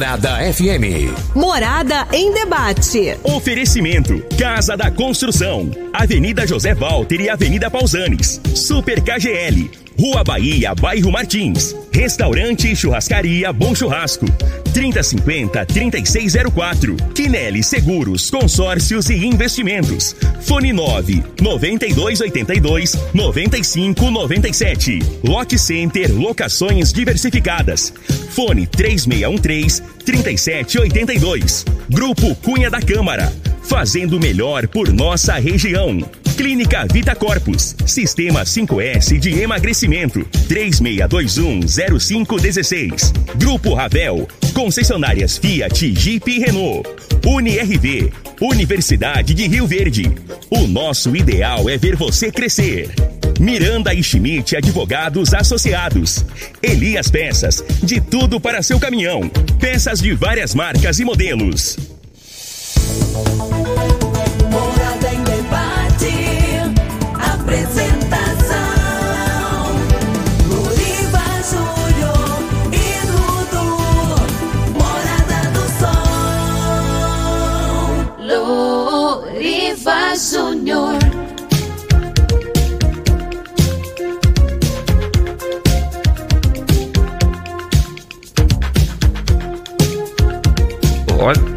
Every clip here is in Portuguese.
Morada FM. Morada em debate. Oferecimento: Casa da Construção, Avenida José Walter e Avenida Pausanes. Super KGL, Rua Bahia, Bairro Martins. Restaurante e Churrascaria Bom Churrasco. 3050-3604. Quinelli Seguros, Consórcios e Investimentos. Fone 99282-9597. Lock Center Locações Diversificadas. Fone 3613-3782. Grupo Cunha da Câmara. Fazendo melhor por nossa região. Clínica Vita Corpus. Sistema 5S de emagrecimento. 3621-0516. Grupo Ravel. Concessionárias Fiat, Jeep e Renault. UniRV. Universidade de Rio Verde. O nosso ideal é ver você crescer. Miranda e Schmidt Advogados Associados. Elias Peças. De tudo para seu caminhão. Peças de várias marcas e modelos. Morada em debate. Apresentação: Loriva Júnior e Dudu. Morada do Sol. Loriva Júnior. Olha.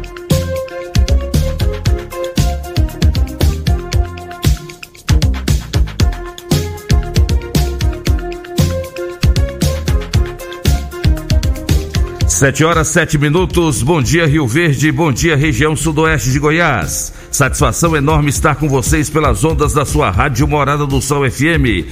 Sete horas, 7 minutos. Bom dia, Rio Verde. Bom dia, região sudoeste de Goiás. Satisfação enorme estar com vocês pelas ondas da sua rádio Morada do Sol FM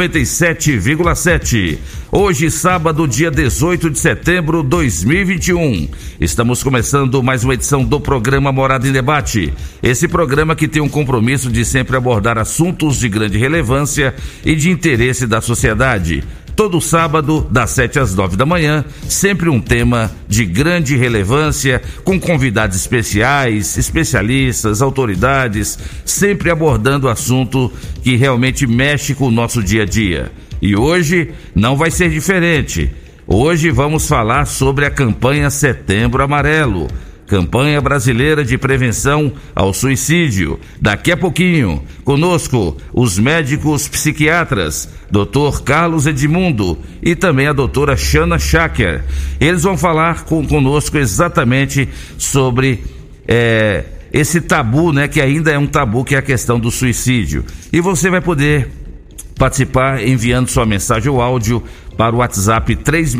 97,7. Hoje, sábado, dia 18 de setembro de 2021. Estamos começando mais uma edição do programa Morada em Debate. Esse programa que tem um compromisso de sempre abordar assuntos de grande relevância e de interesse da sociedade. Todo sábado, das 7 às 9 da manhã, sempre um tema de grande relevância, com convidados especiais, especialistas, autoridades, sempre abordando assunto que realmente mexe com o nosso dia a dia. E hoje não vai ser diferente. Hoje vamos falar sobre a campanha Setembro Amarelo. Campanha Brasileira de Prevenção ao Suicídio. Daqui a pouquinho, conosco, os médicos psiquiatras, Dr. Carlos Edmundo e também a doutora Shana Shaker. Eles vão falar conosco exatamente sobre esse tabu, né, que ainda é um tabu, que é a questão do suicídio. E você vai poder participar enviando sua mensagem ou áudio para o WhatsApp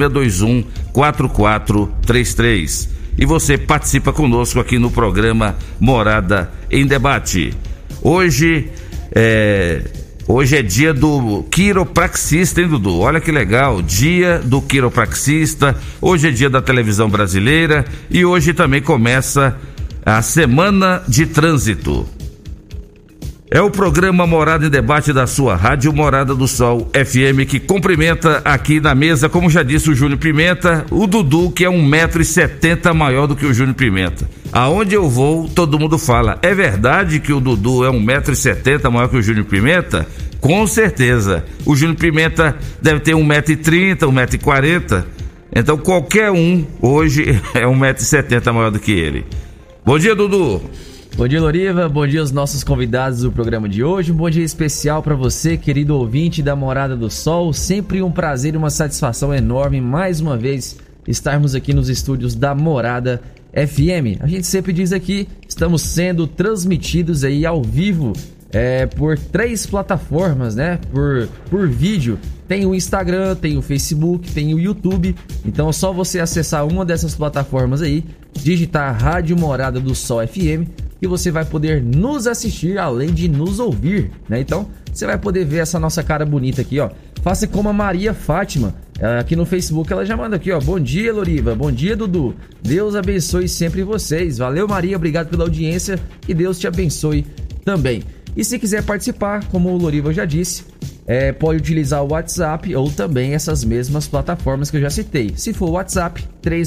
3621-4433. E você participa conosco aqui no programa Morada em Debate. Hoje é dia do quiropraxista, hein, Dudu? Olha que legal, dia do quiropraxista. Hoje é dia da televisão brasileira e hoje também começa a Semana de Trânsito. É o programa Morada em Debate da sua rádio Morada do Sol FM, que cumprimenta aqui na mesa, como já disse o Júnior Pimenta, o Dudu, que é 1,70 m maior do que o Júnior Pimenta. Aonde eu vou, todo mundo fala: é verdade que o Dudu é 1,70 m maior que o Júnior Pimenta? Com certeza. O Júnior Pimenta deve ter 1,30 m, 1,40 m. Então qualquer um hoje é 1,70 m maior do que ele. Bom dia, Dudu. Bom dia, Loriva. Bom dia aos nossos convidados do programa de hoje. Um bom dia especial para você, querido ouvinte da Morada do Sol. Sempre um prazer e uma satisfação enorme, mais uma vez, estarmos aqui nos estúdios da Morada FM. A gente sempre diz aqui, estamos sendo transmitidos aí ao vivo por 3 plataformas, né? Por vídeo. Tem o Instagram, tem o Facebook, tem o YouTube. Então é só você acessar uma dessas plataformas aí, digitar Rádio Morada do Sol FM, e você vai poder nos assistir, além de nos ouvir, né? Então, você vai poder ver essa nossa cara bonita aqui, ó. Faça como a Maria Fátima, aqui no Facebook, ela já manda aqui, ó: bom dia, Loriva, bom dia, Dudu, Deus abençoe sempre vocês. Valeu, Maria, obrigado pela audiência, e Deus te abençoe também. E se quiser participar, como o Loriva já disse, pode utilizar o WhatsApp ou também essas mesmas plataformas que eu já citei. Se for o WhatsApp,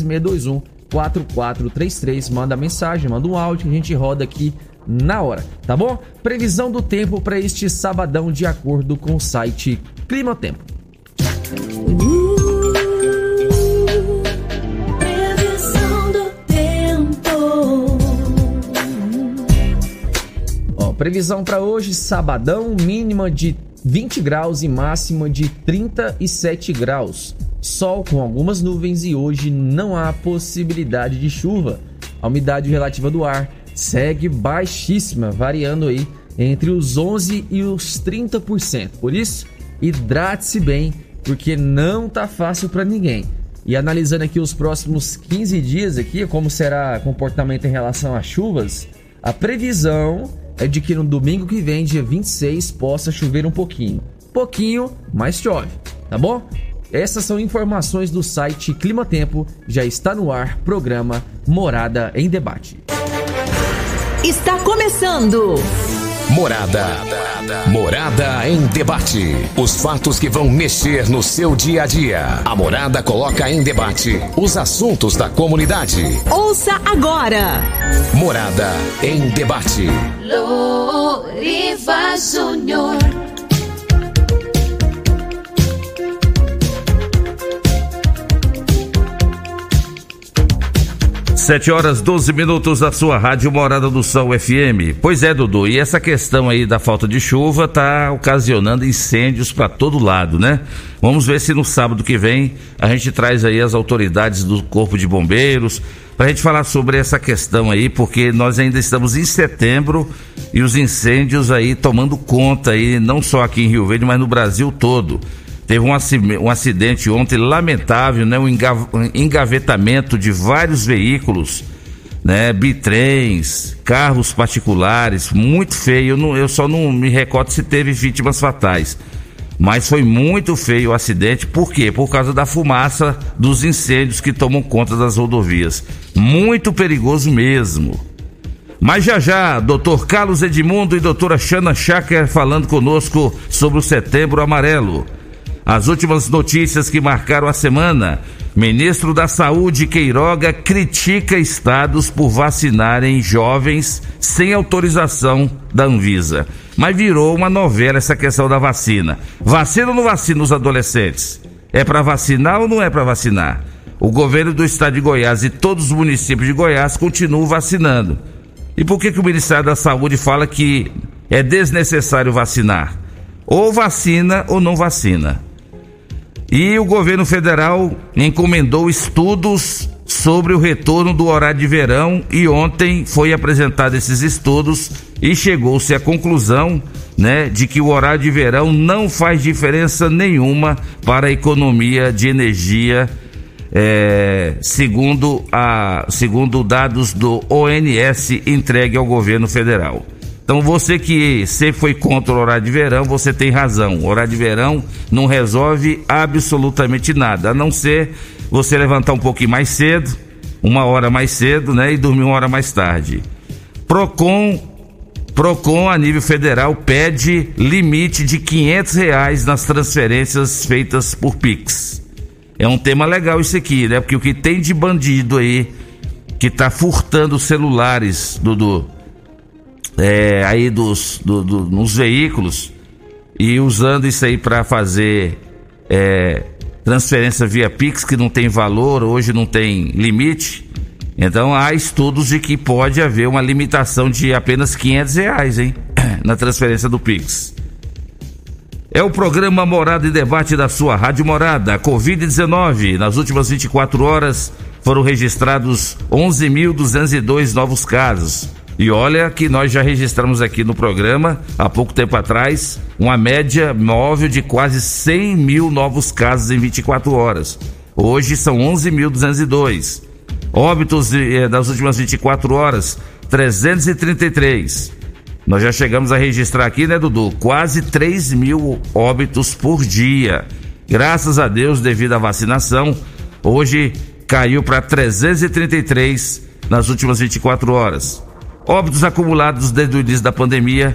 3621-4433, manda mensagem, manda um áudio que a gente roda aqui na hora, tá bom? Previsão do tempo para este sabadão de acordo com o site Climatempo. Previsão do previsão para hoje, sabadão, mínima de 20 graus e máxima de 37 graus. Sol com algumas nuvens e hoje não há possibilidade de chuva. A umidade relativa do ar segue baixíssima, variando aí entre os 11% e os 30%. Por isso, hidrate-se bem, porque não tá fácil para ninguém. E analisando aqui os próximos 15 dias aqui, como será o comportamento em relação às chuvas, a previsão é de que no domingo que vem, dia 26, possa chover um pouquinho. Pouquinho, mas chove, tá bom? Essas são informações do site Clima Tempo. Já está no ar, programa Morada em Debate. Está começando. Morada em Debate. Os fatos que vão mexer no seu dia a dia. A Morada coloca em debate os assuntos da comunidade. Ouça agora. Morada em Debate. Loriva Júnior. 7h12 da sua rádio Morada do Sol FM. Pois é, Dudu, e essa questão aí da falta de chuva tá ocasionando incêndios para todo lado, né? Vamos ver se no sábado que vem a gente traz aí as autoridades do Corpo de Bombeiros pra gente falar sobre essa questão aí, porque nós ainda estamos em setembro e os incêndios aí tomando conta aí, não só aqui em Rio Verde, mas no Brasil todo. Teve um acidente ontem lamentável, né? Um engavetamento de vários veículos, né? Bitrens, carros particulares, muito feio. Eu só não me recordo se teve vítimas fatais. Mas foi muito feio o acidente. Por quê? Por causa da fumaça dos incêndios que tomam conta das rodovias. Muito perigoso mesmo. Mas já, doutor Carlos Edmundo e doutora Shana Schacker falando conosco sobre o Setembro Amarelo. As últimas notícias que marcaram a semana: ministro da Saúde Queiroga critica estados por vacinarem jovens sem autorização da Anvisa. Mas virou uma novela essa questão da vacina. Vacina ou não vacina os adolescentes? É para vacinar ou não é para vacinar? O governo do estado de Goiás e todos os municípios de Goiás continuam vacinando. E por que o Ministério da Saúde fala que é desnecessário vacinar? Ou vacina ou não vacina. E o governo federal encomendou estudos sobre o retorno do horário de verão e ontem foi apresentado esses estudos e chegou-se à conclusão, né, de que o horário de verão não faz diferença nenhuma para a economia de energia, segundo dados do ONS entregue ao governo federal. Então você que sempre foi contra o horário de verão, você tem razão. O horário de verão não resolve absolutamente nada, a não ser você levantar um pouquinho mais cedo, 1 hora mais cedo, né, e dormir 1 hora mais tarde. Procon a nível federal pede limite de R$500 nas transferências feitas por Pix. É um tema legal isso aqui, né? Porque o que tem de bandido aí que tá furtando celulares, Dudu, aí nos veículos e usando isso aí para fazer transferência via Pix, que não tem valor, hoje não tem limite. Então há estudos de que pode haver uma limitação de apenas R$500, hein, na transferência do Pix. É o programa Morada em Debate da sua Rádio Morada. Covid-19, nas últimas 24 horas foram registrados 11.202 novos casos. E olha que nós já registramos aqui no programa, há pouco tempo atrás, uma média móvel de quase 100 mil novos casos em 24 horas. Hoje são 11.202. Óbitos das últimas 24 horas, 333. Nós já chegamos a registrar aqui, né, Dudu? Quase 3 mil óbitos por dia. Graças a Deus, devido à vacinação, hoje caiu para 333 nas últimas 24 horas. Óbitos acumulados desde o início da pandemia,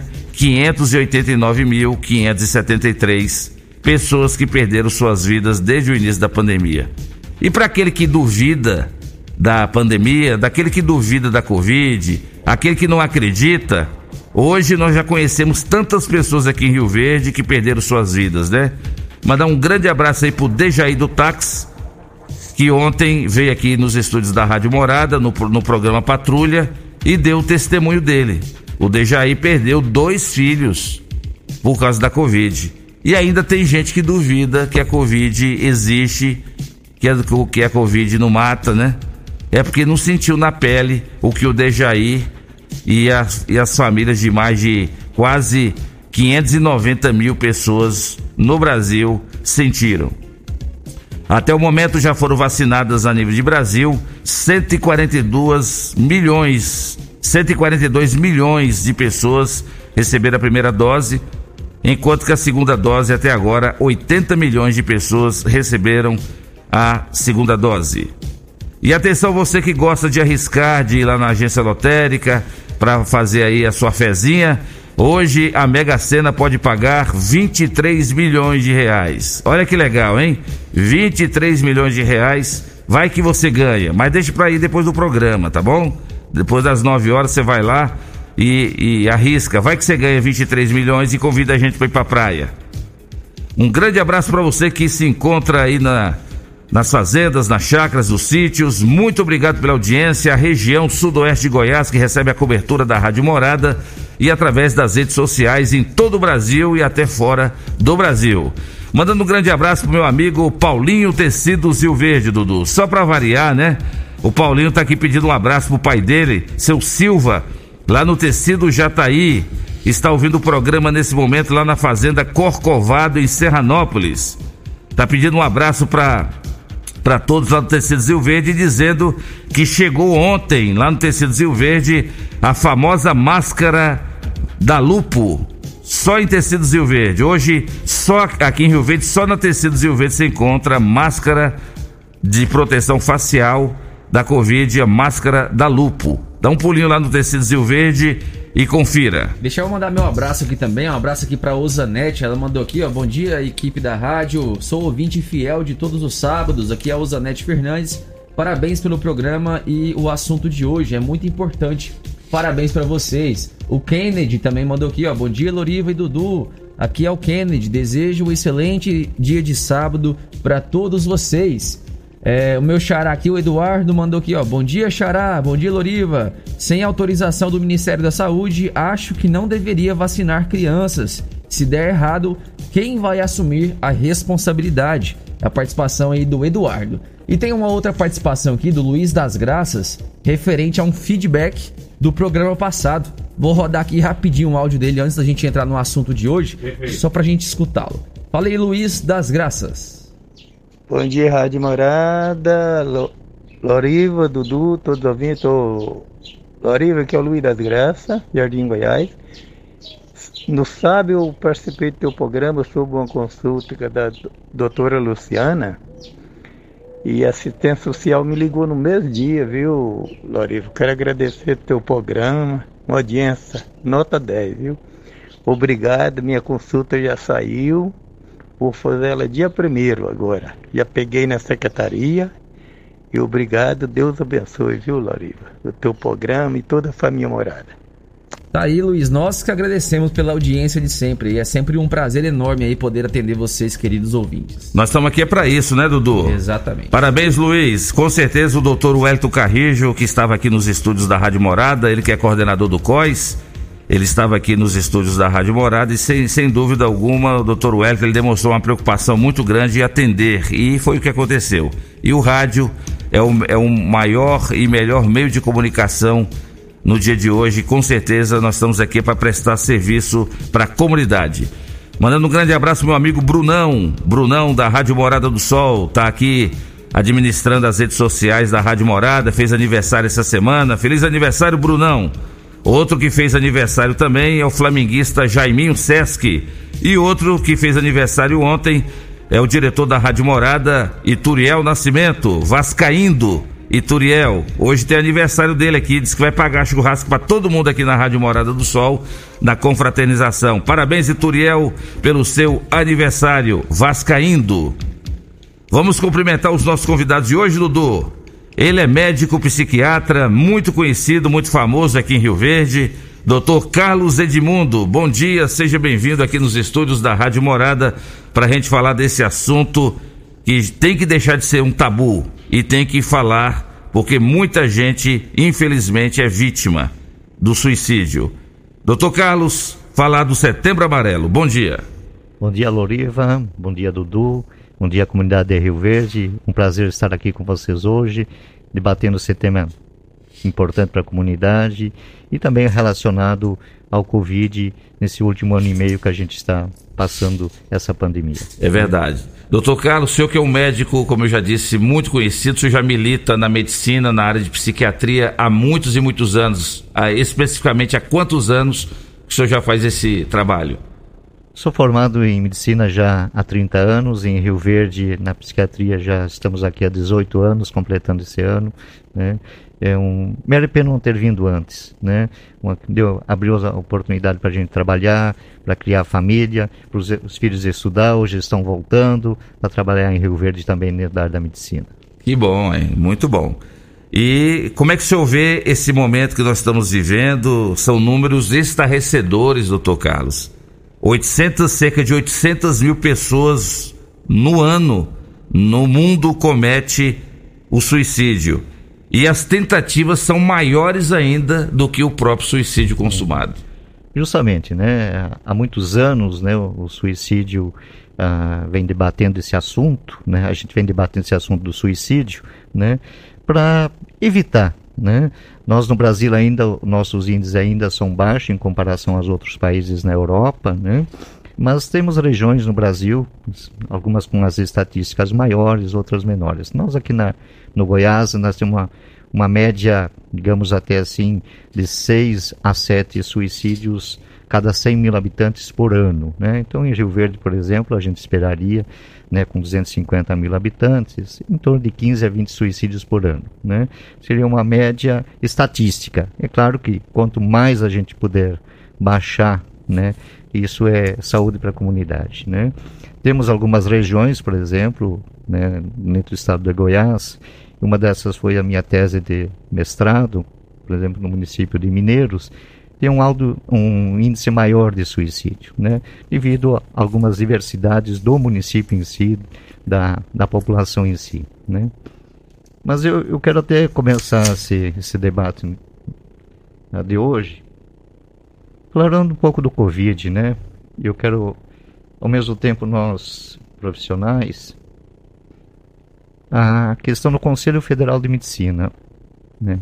589.573 pessoas que perderam suas vidas desde o início da pandemia. E para aquele que duvida da pandemia, daquele que duvida da Covid, aquele que não acredita, hoje nós já conhecemos tantas pessoas aqui em Rio Verde que perderam suas vidas, né? Mandar um grande abraço aí pro Dejaí do Táxi, que ontem veio aqui nos estúdios da Rádio Morada, no programa Patrulha, e deu o testemunho dele. o Dejaí perdeu 2 filhos por causa da Covid. E ainda tem gente que duvida que a Covid existe, que a Covid não mata, né? É porque não sentiu na pele o que o Dejaí e as famílias de mais de quase 590 mil pessoas no Brasil sentiram. Até o momento já foram vacinadas a nível de Brasil 142 milhões de pessoas receberam a primeira dose, enquanto que a segunda dose até agora 80 milhões de pessoas receberam a segunda dose. E atenção, você que gosta de arriscar, de ir lá na agência lotérica para fazer aí a sua fezinha, hoje a Mega Sena pode pagar 23 milhões de reais. Olha que legal, hein? 23 milhões de reais, vai que você ganha, mas deixa para ir depois do programa, tá bom? Depois das 9 horas você vai lá e arrisca, vai que você ganha 23 milhões e convida a gente para ir pra praia. Um grande abraço para você que se encontra aí nas fazendas, nas chácaras, dos sítios. Muito obrigado pela audiência. A região sudoeste de Goiás, que recebe a cobertura da Rádio Morada e através das redes sociais em todo o Brasil e até fora do Brasil. Mandando um grande abraço pro meu amigo Paulinho Tecidos Rio Verde, Dudu. Só para variar, né? O Paulinho tá aqui pedindo um abraço pro pai dele, seu Silva, lá no Tecido Jataí. Está ouvindo o programa nesse momento lá na fazenda Corcovado, em Serranópolis. Tá pedindo um abraço para todos lá do Tecidos Rio Verde, dizendo que chegou ontem lá no Tecidos Rio Verde a famosa máscara da Lupo, só em Tecidos Rio Verde. Hoje, só aqui em Rio Verde, só na Tecidos Rio Verde se encontra máscara de proteção facial da Covid, a máscara da Lupo. Dá um pulinho lá no Tecidos Rio Verde e confira. Deixa eu mandar meu abraço aqui também, um abraço aqui pra Osanete, ela mandou aqui, ó, bom dia equipe da rádio, sou ouvinte fiel de todos os sábados, aqui é a Osanete Fernandes, parabéns pelo programa e o assunto de hoje é muito importante, parabéns pra vocês. O Kennedy também mandou aqui, ó, bom dia Loriva e Dudu, aqui é o Kennedy, desejo um excelente dia de sábado pra todos vocês. O meu xará aqui, o Eduardo, mandou aqui, ó, bom dia xará, bom dia Loriva, sem autorização do Ministério da Saúde, acho que não deveria vacinar crianças, se der errado, quem vai assumir a responsabilidade? A participação aí do Eduardo. E tem uma outra participação aqui do Luiz das Graças, referente a um feedback do programa passado. Vou rodar aqui rapidinho o áudio dele antes da gente entrar no assunto de hoje, só pra gente escutá-lo. Fala aí, Luiz das Graças. Bom dia, Rádio Morada, Loriva, Dudu, todos ouvintes. Loriva, que é o Luiz das Graças, Jardim Goiás. No sábado eu participei do teu programa sobre uma consulta da doutora Luciana e a assistência social me ligou no mesmo dia, viu, Loriva? Quero agradecer o teu programa, uma audiência, nota 10, viu? Obrigado, minha consulta já saiu. Vou fazer ela dia 1º agora. Já peguei na secretaria. E obrigado, Deus abençoe, viu, Loriva? O teu programa e toda a família Morada. Tá aí, Luiz. Nós que agradecemos pela audiência de sempre. E é sempre um prazer enorme aí poder atender vocês, queridos ouvintes. Nós estamos aqui para isso, né, Dudu? Exatamente. Parabéns, Luiz. Com certeza o doutor Wellington Carrijo, que estava aqui nos estúdios da Rádio Morada, ele que é coordenador do COIS, ele estava aqui nos estúdios da Rádio Morada e sem dúvida alguma o Dr. Wellington ele demonstrou uma preocupação muito grande em atender e foi o que aconteceu. E o rádio é o maior e melhor meio de comunicação no dia de hoje. Com certeza nós estamos aqui para prestar serviço para a comunidade. Mandando um grande abraço ao meu amigo Brunão da Rádio Morada do Sol, está aqui administrando as redes sociais da Rádio Morada, fez aniversário essa semana. Feliz aniversário, Brunão! Outro que fez aniversário também é o flamenguista Jaiminho Sesc. E outro que fez aniversário ontem é o diretor da Rádio Morada, Ituriel Nascimento, vascaíndo Ituriel. Hoje tem aniversário dele aqui, diz que vai pagar churrasco para todo mundo aqui na Rádio Morada do Sol, na confraternização. Parabéns, Ituriel, pelo seu aniversário, vascaíndo. Vamos cumprimentar os nossos convidados de hoje, Dudu. Ele é médico psiquiatra, muito conhecido, muito famoso aqui em Rio Verde, Dr. Carlos Edmundo. Bom dia, seja bem-vindo aqui nos estúdios da Rádio Morada para a gente falar desse assunto que tem que deixar de ser um tabu e tem que falar, porque muita gente, infelizmente, é vítima do suicídio. Doutor Carlos, falar do Setembro Amarelo. Bom dia. Bom dia, Loriva. Bom dia, Dudu. Bom dia, comunidade de Rio Verde. Um prazer estar aqui com vocês hoje, debatendo esse tema importante para a comunidade e também relacionado ao Covid nesse último ano e meio que a gente está passando essa pandemia. É verdade. Doutor Carlos, o senhor que é um médico, como eu já disse, muito conhecido, o senhor já milita na medicina, na área de psiquiatria há muitos e muitos anos. Especificamente há quantos anos que o senhor já faz esse trabalho? Sou formado em medicina já há 30 anos, em Rio Verde, na psiquiatria já estamos aqui há 18 anos, completando esse ano, né? Me arrependo não ter vindo antes, né? Abriu a oportunidade para a gente trabalhar, para criar família, para os filhos estudar, hoje estão voltando para trabalhar em Rio Verde também dentro da área da medicina. Que bom, hein? Muito bom. E como é que o senhor vê esse momento que nós estamos vivendo? São números estarrecedores, doutor Carlos. Cerca de 800 mil pessoas no ano no mundo comete o suicídio. E as tentativas são maiores ainda do que o próprio suicídio consumado. Justamente, né? Há muitos anos, né, o suicídio vem debatendo esse assunto, né? A gente vem debatendo esse assunto do suicídio, né? Para evitar, né? Nós no Brasil ainda, nossos índices ainda são baixos em comparação aos outros países na Europa, né? Mas temos regiões no Brasil, algumas com as estatísticas maiores, outras menores. Nós aqui no Goiás, nós temos uma média, digamos até assim, de 6 a 7 suicídios cada 100 mil habitantes por ano, né? Então, em Rio Verde, por exemplo, a gente esperaria, né, com 250 mil habitantes, em torno de 15 a 20 suicídios por ano, né? Seria uma média estatística. É claro que quanto mais a gente puder baixar, né, isso é saúde para a comunidade, né? Temos algumas regiões, por exemplo, né, dentro do estado de Goiás, uma dessas foi a minha tese de mestrado, por exemplo, no município de Mineiros, tem um índice maior de suicídio, né? Devido a algumas diversidades do município em si, da população em si, né? Mas eu quero até começar esse debate de hoje falando um pouco do Covid, né? Eu quero, ao mesmo tempo, nós profissionais, a questão do Conselho Federal de Medicina, né?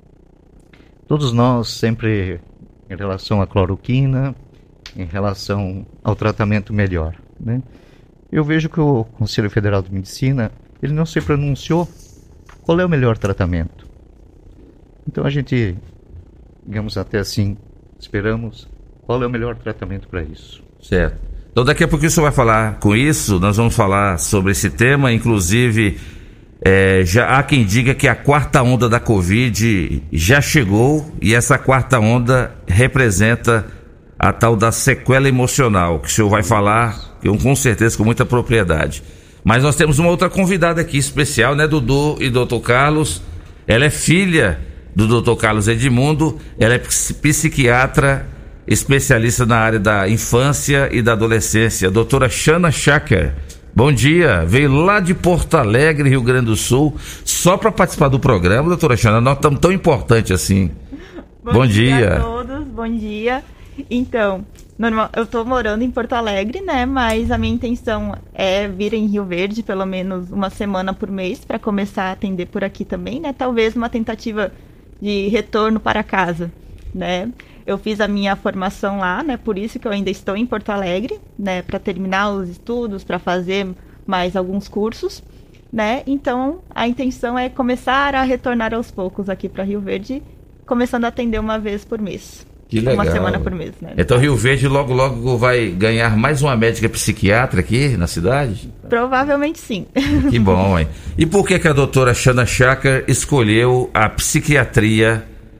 Todos nós sempre, em relação à cloroquina, em relação ao tratamento melhor, né? Eu vejo que o Conselho Federal de Medicina, ele não se pronunciou qual é o melhor tratamento. Então a gente, digamos até assim, esperamos qual é o melhor tratamento para isso. Certo. Então daqui a pouco o senhor vai falar com isso, nós vamos falar sobre esse tema, inclusive já há quem diga que a quarta onda da Covid já chegou e essa quarta onda representa a tal da sequela emocional, que o senhor vai falar com certeza com muita propriedade. Mas nós temos uma outra convidada aqui especial, né, Dudu e Dr. Carlos. Ela é filha do Dr. Carlos Edmundo, ela é psiquiatra, especialista na área da infância e da adolescência, doutora Shana Shaker. Bom dia, veio lá de Porto Alegre, Rio Grande do Sul, só para participar do programa, doutora Shana, nós estamos tão importante assim. Bom dia a todos, bom dia. Então, eu estou morando em Porto Alegre, né, mas a minha intenção é vir em Rio Verde pelo menos uma semana por mês para começar a atender por aqui também, né, talvez uma tentativa de retorno para casa, né. Eu fiz a minha formação lá, né, por isso que eu ainda estou em Porto Alegre, né, para terminar os estudos, para fazer mais alguns cursos, né. Então, a intenção é começar a retornar aos poucos aqui para Rio Verde, começando a atender uma vez por mês. Que legal. Uma semana por mês, né. Então, Rio Verde logo vai ganhar mais uma médica psiquiatra aqui na cidade? Provavelmente sim. Que bom, hein? E por que a doutora Shana Shaker escolheu a psiquiatria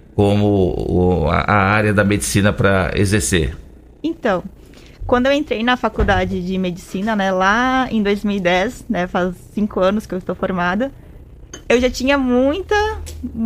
como a área da medicina para exercer? Então, quando eu entrei na faculdade de medicina, né, lá em 2010, né, faz 5 anos que eu estou formada, eu já tinha muita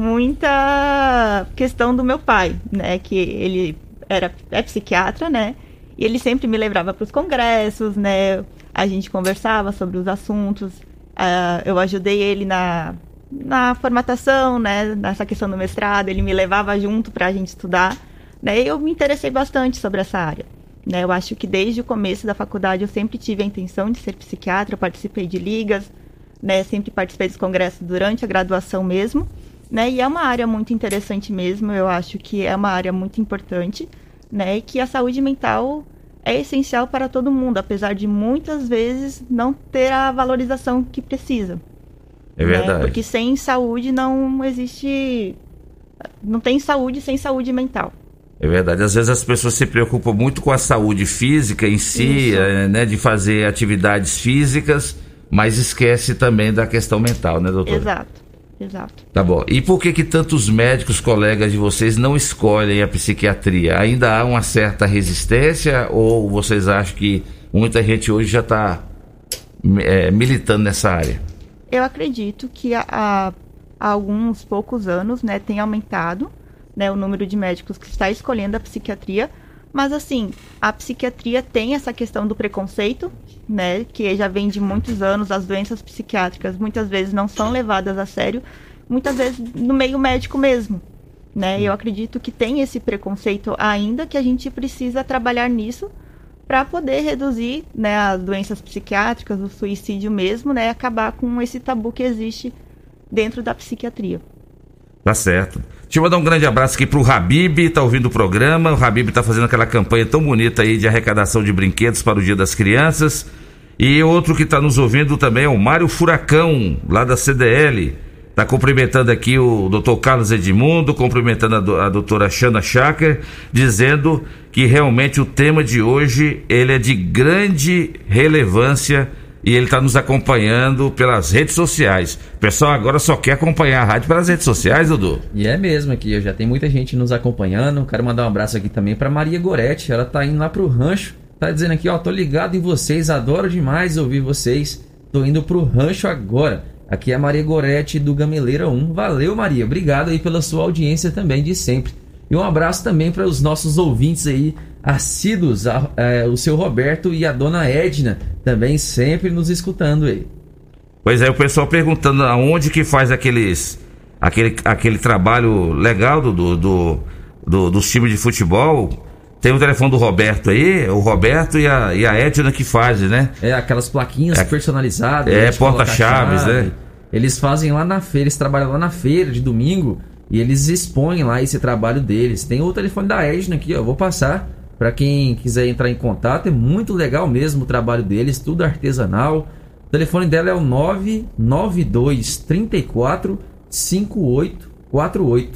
questão do meu pai, né, que ele é psiquiatra, né, e ele sempre me levava para os congressos, né, a gente conversava sobre os assuntos, eu ajudei ele na formatação, né, nessa questão do mestrado, ele me levava junto para a gente estudar, né? Eu me interessei bastante sobre essa área, né? Eu acho que desde o começo da faculdade eu sempre tive a intenção de ser psiquiatra, eu participei de ligas, né? Sempre participei dos congressos durante a graduação mesmo, né? E é uma área muito interessante mesmo, eu acho que é uma área muito importante, né? E que a saúde mental é essencial para todo mundo, apesar de muitas vezes não ter a valorização que precisa. É verdade. Né? Porque sem saúde não existe... Não tem saúde sem saúde mental. É verdade. Às vezes as pessoas se preocupam muito com a saúde física em si, né? De fazer atividades físicas, mas esquece também da questão mental, né, doutora? Exato. Tá bom. E por que tantos médicos, colegas de vocês, não escolhem a psiquiatria? Ainda há uma certa resistência ou vocês acham que muita gente hoje já está militando nessa área? Eu acredito que há alguns poucos anos, né, tem aumentado, né, o número de médicos que está escolhendo a psiquiatria, mas assim, a psiquiatria tem essa questão do preconceito, né, que já vem de muitos anos, as doenças psiquiátricas muitas vezes não são levadas a sério, muitas vezes no meio médico mesmo, né, eu acredito que tem esse preconceito ainda, que a gente precisa trabalhar nisso para poder reduzir, né, as doenças psiquiátricas, o suicídio mesmo, né, acabar com esse tabu que existe dentro da psiquiatria. Tá certo. Deixa eu mandar um grande abraço aqui pro Habib, tá ouvindo o programa. O Habib tá fazendo aquela campanha tão bonita aí de arrecadação de brinquedos para o Dia das Crianças. E outro que tá nos ouvindo também é o Mário Furacão, lá da CDL. Tá cumprimentando aqui o Dr. Carlos Edmundo, cumprimentando a doutora Shana Schacker, dizendo que realmente o tema de hoje, ele é de grande relevância e ele está nos acompanhando pelas redes sociais. O pessoal agora só quer acompanhar a rádio pelas redes sociais, Dudu. E é mesmo aqui, já tem muita gente nos acompanhando. Quero mandar um abraço aqui também para Maria Goretti, ela tá indo lá pro rancho, tá dizendo aqui, ó, tô ligado em vocês, adoro demais ouvir vocês, tô indo pro rancho agora. Aqui é a Maria Goretti do Gameleira 1. Valeu, Maria, obrigado aí pela sua audiência também de sempre. E um abraço também para os nossos ouvintes aí, assíduos, o seu Roberto e a dona Edna, também sempre nos escutando aí. Pois é, o pessoal perguntando aonde que faz aquele trabalho legal dos times de futebol. Tem o telefone do Roberto aí, o Roberto e a Edna que fazem, né? É, aquelas plaquinhas personalizadas. Porta-chaves, né? Eles fazem lá na feira, eles trabalham lá na feira de domingo e eles expõem lá esse trabalho deles. Tem o telefone da Edna aqui, ó, eu vou passar para quem quiser entrar em contato. É muito legal mesmo o trabalho deles, tudo artesanal. O telefone dela é o 992 34 5848.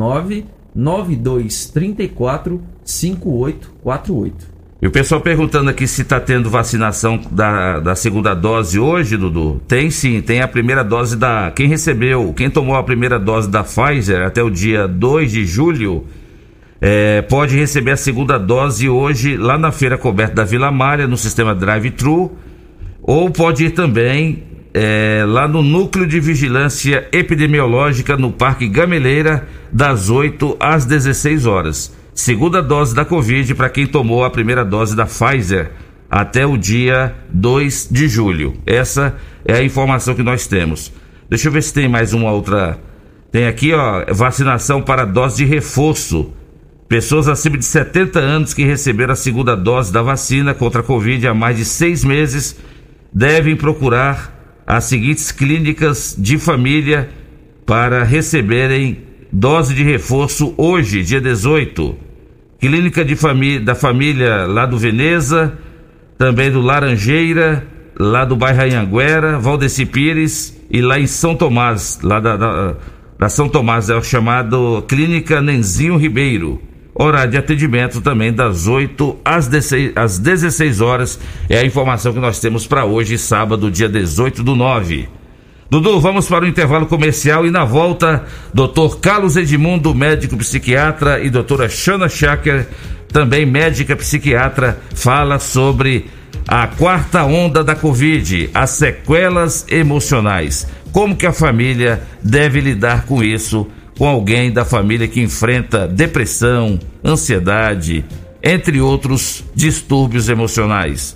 992 34 5848. E o pessoal perguntando aqui se está tendo vacinação da segunda dose hoje, Dudu. Tem sim, tem a primeira dose quem tomou a primeira dose da Pfizer até o dia 2 de julho, pode receber a segunda dose hoje lá na feira coberta da Vila Malha, no sistema drive-thru, ou pode ir também lá no Núcleo de Vigilância Epidemiológica no Parque Gameleira, das 8 às 16 horas. Segunda dose da Covid para quem tomou a primeira dose da Pfizer até o dia 2 de julho. Essa é a informação que nós temos. Deixa eu ver se tem mais uma outra. Tem aqui, ó, vacinação para dose de reforço. Pessoas acima de 70 anos que receberam a segunda dose da vacina contra a Covid há mais de 6 meses devem procurar as seguintes clínicas de família para receberem dose de reforço hoje, dia 18. Clínica da família lá do Veneza, também do Laranjeira, lá do bairro Anhanguera, Valdeci Pires e lá em São Tomás, lá da São Tomás, é o chamado Clínica Nenzinho Ribeiro. Horário de atendimento também das 8 às 16 horas, é a informação que nós temos para hoje, sábado, dia 18/9. Dudu, vamos para o intervalo comercial e na volta, Dr. Carlos Edmundo, médico psiquiatra, e doutora Shana Schacker, também médica psiquiatra, fala sobre a quarta onda da Covid, as sequelas emocionais. Como que a família deve lidar com isso, com alguém da família que enfrenta depressão, ansiedade, entre outros distúrbios emocionais.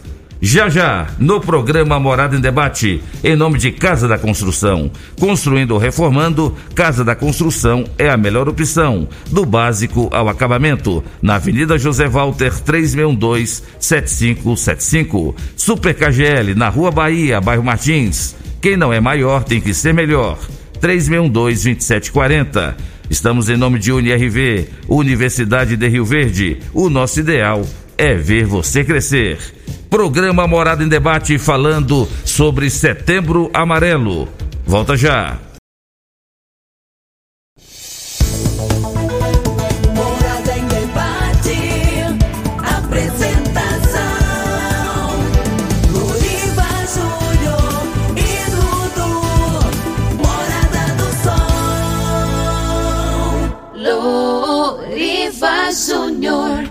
Já já, no programa Morada em Debate, em nome de Casa da Construção. Construindo ou reformando, Casa da Construção é a melhor opção, do básico ao acabamento, na Avenida José Walter 3612-7575. Super KGL, na Rua Bahia, bairro Martins. Quem não é maior tem que ser melhor. 3612-2740. Estamos em nome de UniRV, Universidade de Rio Verde. O nosso ideal é ver você crescer. Programa Morada em Debate falando sobre Setembro Amarelo. Volta já. Morada em Debate. Apresentação: Luriva Júnior e Dudu. Morada do Sol. Luriva Júnior.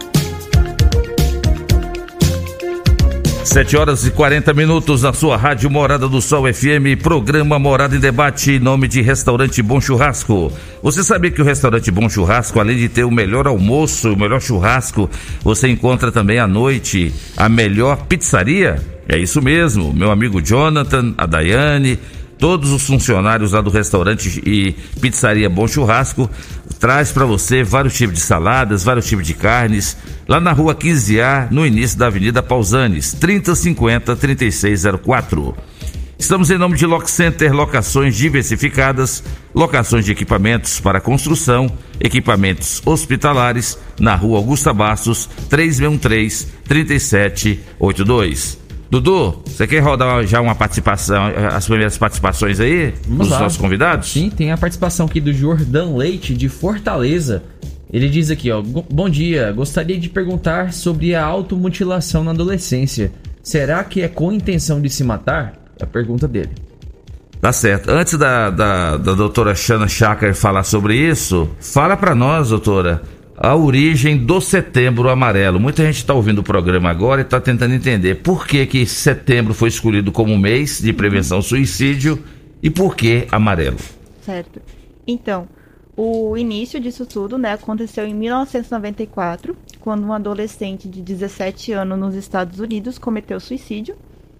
7h40 na sua rádio Morada do Sol FM, programa Morada em Debate, em nome de Restaurante Bom Churrasco. Você sabia que o Restaurante Bom Churrasco, além de ter o melhor almoço, o melhor churrasco, você encontra também à noite a melhor pizzaria? É isso mesmo, meu amigo Jonathan, a Daiane, todos os funcionários lá do restaurante e pizzaria Bom Churrasco traz para você vários tipos de saladas, vários tipos de carnes, lá na rua 15A, no início da Avenida Pausanes, 3050-3604. Estamos em nome de Lock Center, locações diversificadas, locações de equipamentos para construção, equipamentos hospitalares, na rua Augusta Bastos, 3613-3782. Dudu, você quer rodar já uma participação, as primeiras participações aí dos nossos convidados? Sim, tem a participação aqui do Jordão Leite, de Fortaleza. Ele diz aqui, ó: bom dia, gostaria de perguntar sobre a automutilação na adolescência. Será que é com intenção de se matar? É a pergunta dele. Tá certo. Antes da doutora Shana Chaker falar sobre isso, fala pra nós, doutora, a origem do Setembro Amarelo. Muita gente está ouvindo o programa agora e está tentando entender por que setembro foi escolhido como mês de prevenção ao suicídio e por que amarelo. Certo. Então, o início disso tudo, né, aconteceu em 1994, quando um adolescente de 17 anos nos Estados Unidos cometeu suicídio,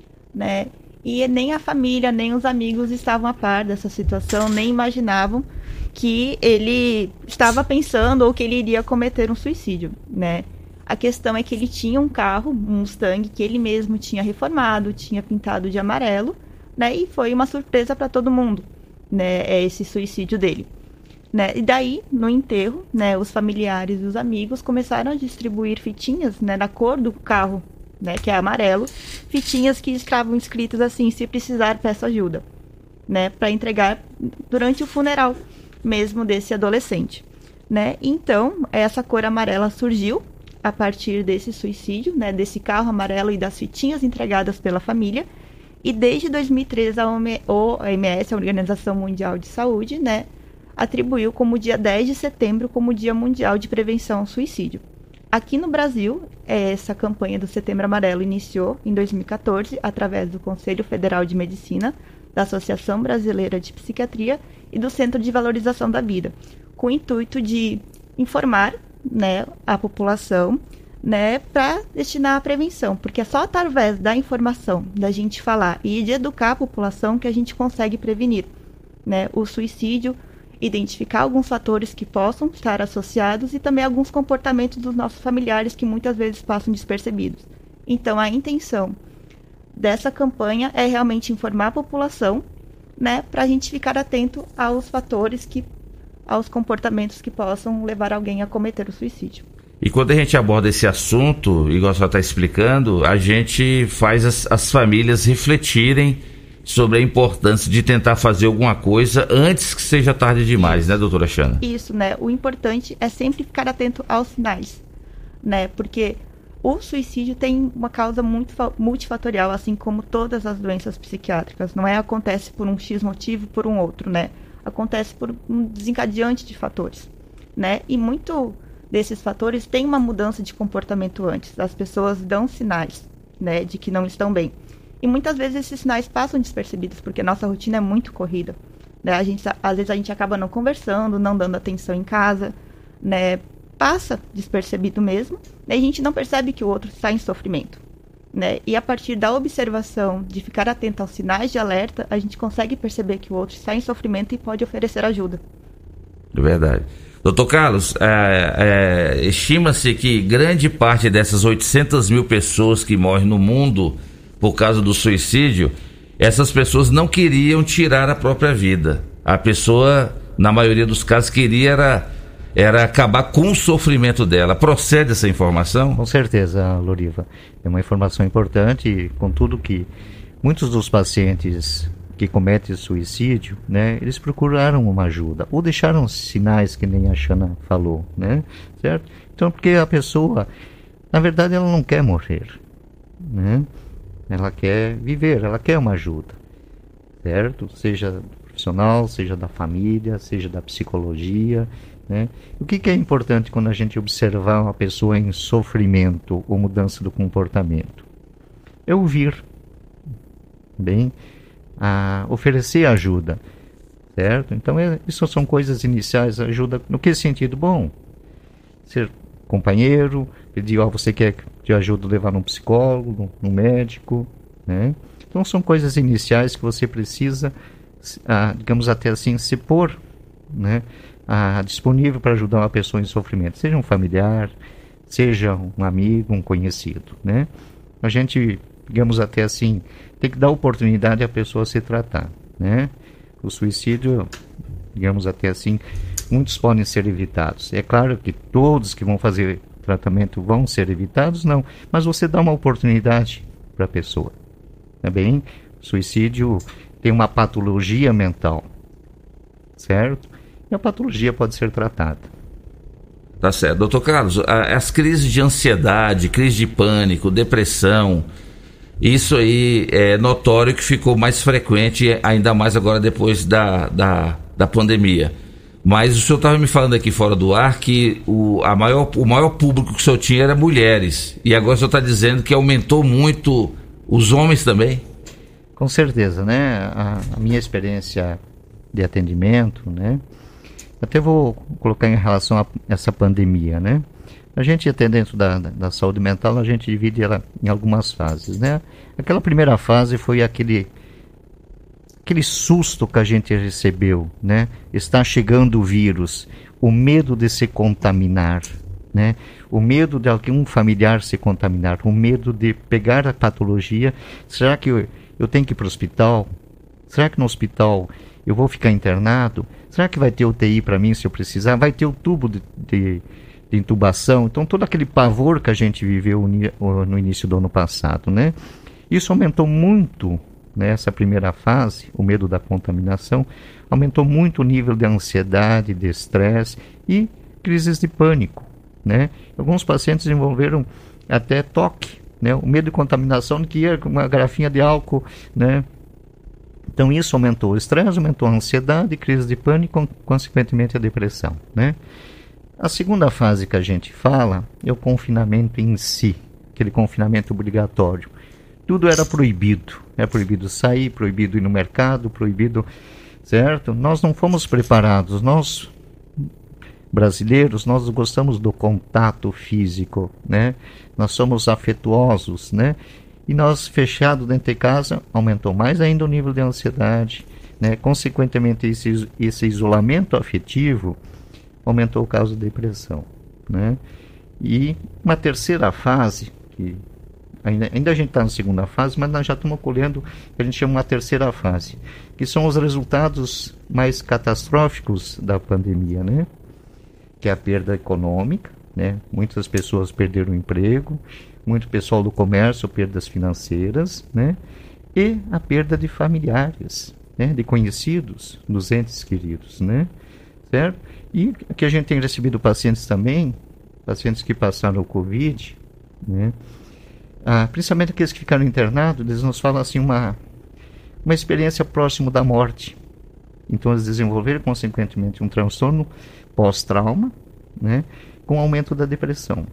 né? E nem a família, nem os amigos estavam a par dessa situação, nem imaginavam que ele estava pensando ou que ele iria cometer um suicídio, né? A questão é que ele tinha um carro, um Mustang, que ele mesmo tinha reformado, tinha pintado de amarelo, né? E foi uma surpresa para todo mundo, né? Esse suicídio dele, né? E daí, no enterro, né, os familiares e os amigos começaram a distribuir fitinhas, né, da cor do carro, né, que é amarelo, fitinhas que estavam escritas assim: se precisar, peça ajuda, né? Para entregar durante o funeral mesmo desse adolescente, né? Então, essa cor amarela surgiu a partir desse suicídio, né, desse carro amarelo e das fitinhas entregadas pela família. E desde 2013 a OMS, a Organização Mundial de Saúde, né, atribuiu como dia 10 de setembro como Dia Mundial de Prevenção ao Suicídio. Aqui no Brasil, essa campanha do Setembro Amarelo iniciou em 2014 através do Conselho Federal de Medicina, da Associação Brasileira de Psiquiatria e do Centro de Valorização da Vida, com o intuito de informar, né, a população, né, para destinar à prevenção, porque é só através da informação, da gente falar e de educar a população que a gente consegue prevenir, né, o suicídio, identificar alguns fatores que possam estar associados e também alguns comportamentos dos nossos familiares que muitas vezes passam despercebidos. Então, a intenção dessa campanha é realmente informar a população, né, para a gente ficar atento aos fatores aos comportamentos que possam levar alguém a cometer o suicídio. E quando a gente aborda esse assunto, igual a senhora está explicando, a gente faz as famílias refletirem sobre a importância de tentar fazer alguma coisa antes que seja tarde demais, né, doutora Shana? Isso, né? O importante é sempre ficar atento aos sinais, né? Porque o suicídio tem uma causa muito multifatorial, assim como todas as doenças psiquiátricas. Não acontece por um X motivo, por um outro, né? Acontece por um desencadeante de fatores, né? E muito desses fatores tem uma mudança de comportamento antes. As pessoas dão sinais, né, de que não estão bem. E muitas vezes esses sinais passam despercebidos, porque a nossa rotina é muito corrida, né? Às vezes a gente acaba não conversando, não dando atenção em casa, né? Passa despercebido mesmo, e a gente não percebe que o outro está em sofrimento, né? E a partir da observação, de ficar atento aos sinais de alerta, a gente consegue perceber que o outro está em sofrimento e pode oferecer ajuda. De verdade. Doutor Carlos, estima-se que grande parte dessas 800 mil pessoas que morrem no mundo por causa do suicídio, essas pessoas não queriam tirar a própria vida. A pessoa, na maioria dos casos, queria era acabar com o sofrimento dela. Procede essa informação? Com certeza, Loriva. É uma informação importante, contudo que muitos dos pacientes que cometem suicídio, né, eles procuraram uma ajuda, ou deixaram sinais que nem a Xana falou, né, certo? Então, porque a pessoa, na verdade, ela não quer morrer, né? Ela quer viver, ela quer uma ajuda, certo? Seja profissional, seja da família, seja da psicologia, né? O que é importante quando a gente observar uma pessoa em sofrimento ou mudança do comportamento? É ouvir, bem, oferecer ajuda, certo? Então, isso são coisas iniciais, ajuda no que sentido? Bom, ser companheiro, pedir, você quer que te ajude a levar num psicólogo, num médico, né? Então, são coisas iniciais que você precisa, digamos até assim, se pôr, né, disponível para ajudar uma pessoa em sofrimento, seja um familiar, seja um amigo, um conhecido, né? A gente, digamos até assim, tem que dar oportunidade à pessoa se tratar, né? O suicídio, digamos até assim, muitos podem ser evitados. É claro que todos que vão fazer tratamento vão ser evitados, não, mas você dá uma oportunidade para a pessoa, tá bem? O suicídio tem uma patologia mental, certo? E a patologia pode ser tratada. Tá certo. Doutor Carlos, as crises de ansiedade, crise de pânico, depressão, isso aí é notório que ficou mais frequente, ainda mais agora depois da pandemia. Mas o senhor estava me falando aqui fora do ar que o maior público que o senhor tinha era mulheres. E agora o senhor está dizendo que aumentou muito os homens também? Com certeza, né? A minha experiência de atendimento, né? Até vou colocar em relação a essa pandemia, né? A gente até dentro da saúde mental, a gente divide ela em algumas fases, né? Aquela primeira fase foi aquele susto que a gente recebeu, né? Está chegando o vírus, o medo de se contaminar, né? O medo de algum familiar se contaminar, o medo de pegar a patologia. Será que eu tenho que ir para o hospital? Será que no hospital eu vou ficar internado? Será que vai ter UTI para mim se eu precisar? Vai ter o tubo de intubação? Então, todo aquele pavor que a gente viveu no início do ano passado, né? Isso aumentou muito, nessa primeira fase, o medo da contaminação, aumentou muito o nível de ansiedade, de estresse e crises de pânico, né? Alguns pacientes desenvolveram até toque, né? O medo de contaminação, que ia com uma garrafinha de álcool, né? Então isso aumentou o estresse, aumentou a ansiedade, crise de pânico, consequentemente a depressão, né? A segunda fase que a gente fala é o confinamento em si, aquele confinamento obrigatório. Tudo era proibido, é proibido sair, proibido ir no mercado, proibido, certo? Nós não fomos preparados, nós brasileiros, nós gostamos do contato físico, né? Nós somos afetuosos, né? E nós, fechados dentro de casa, aumentou mais ainda o nível de ansiedade, né? Consequentemente, esse isolamento afetivo aumentou o caso de depressão, né? E uma terceira fase, que ainda a gente está na segunda fase, mas nós já estamos colhendo o que a gente chama uma terceira fase, que são os resultados mais catastróficos da pandemia, né? Que é a perda econômica, né? Muitas pessoas perderam o emprego, muito pessoal do comércio, perdas financeiras, né? E a perda de familiares, né? De conhecidos, dos entes queridos, né? Certo? E aqui a gente tem recebido pacientes também, pacientes que passaram o Covid, né? Principalmente aqueles que ficaram internados, eles nos falam assim uma experiência próxima da morte. Então eles desenvolveram consequentemente um transtorno pós-trauma, né? Com aumento da depressão.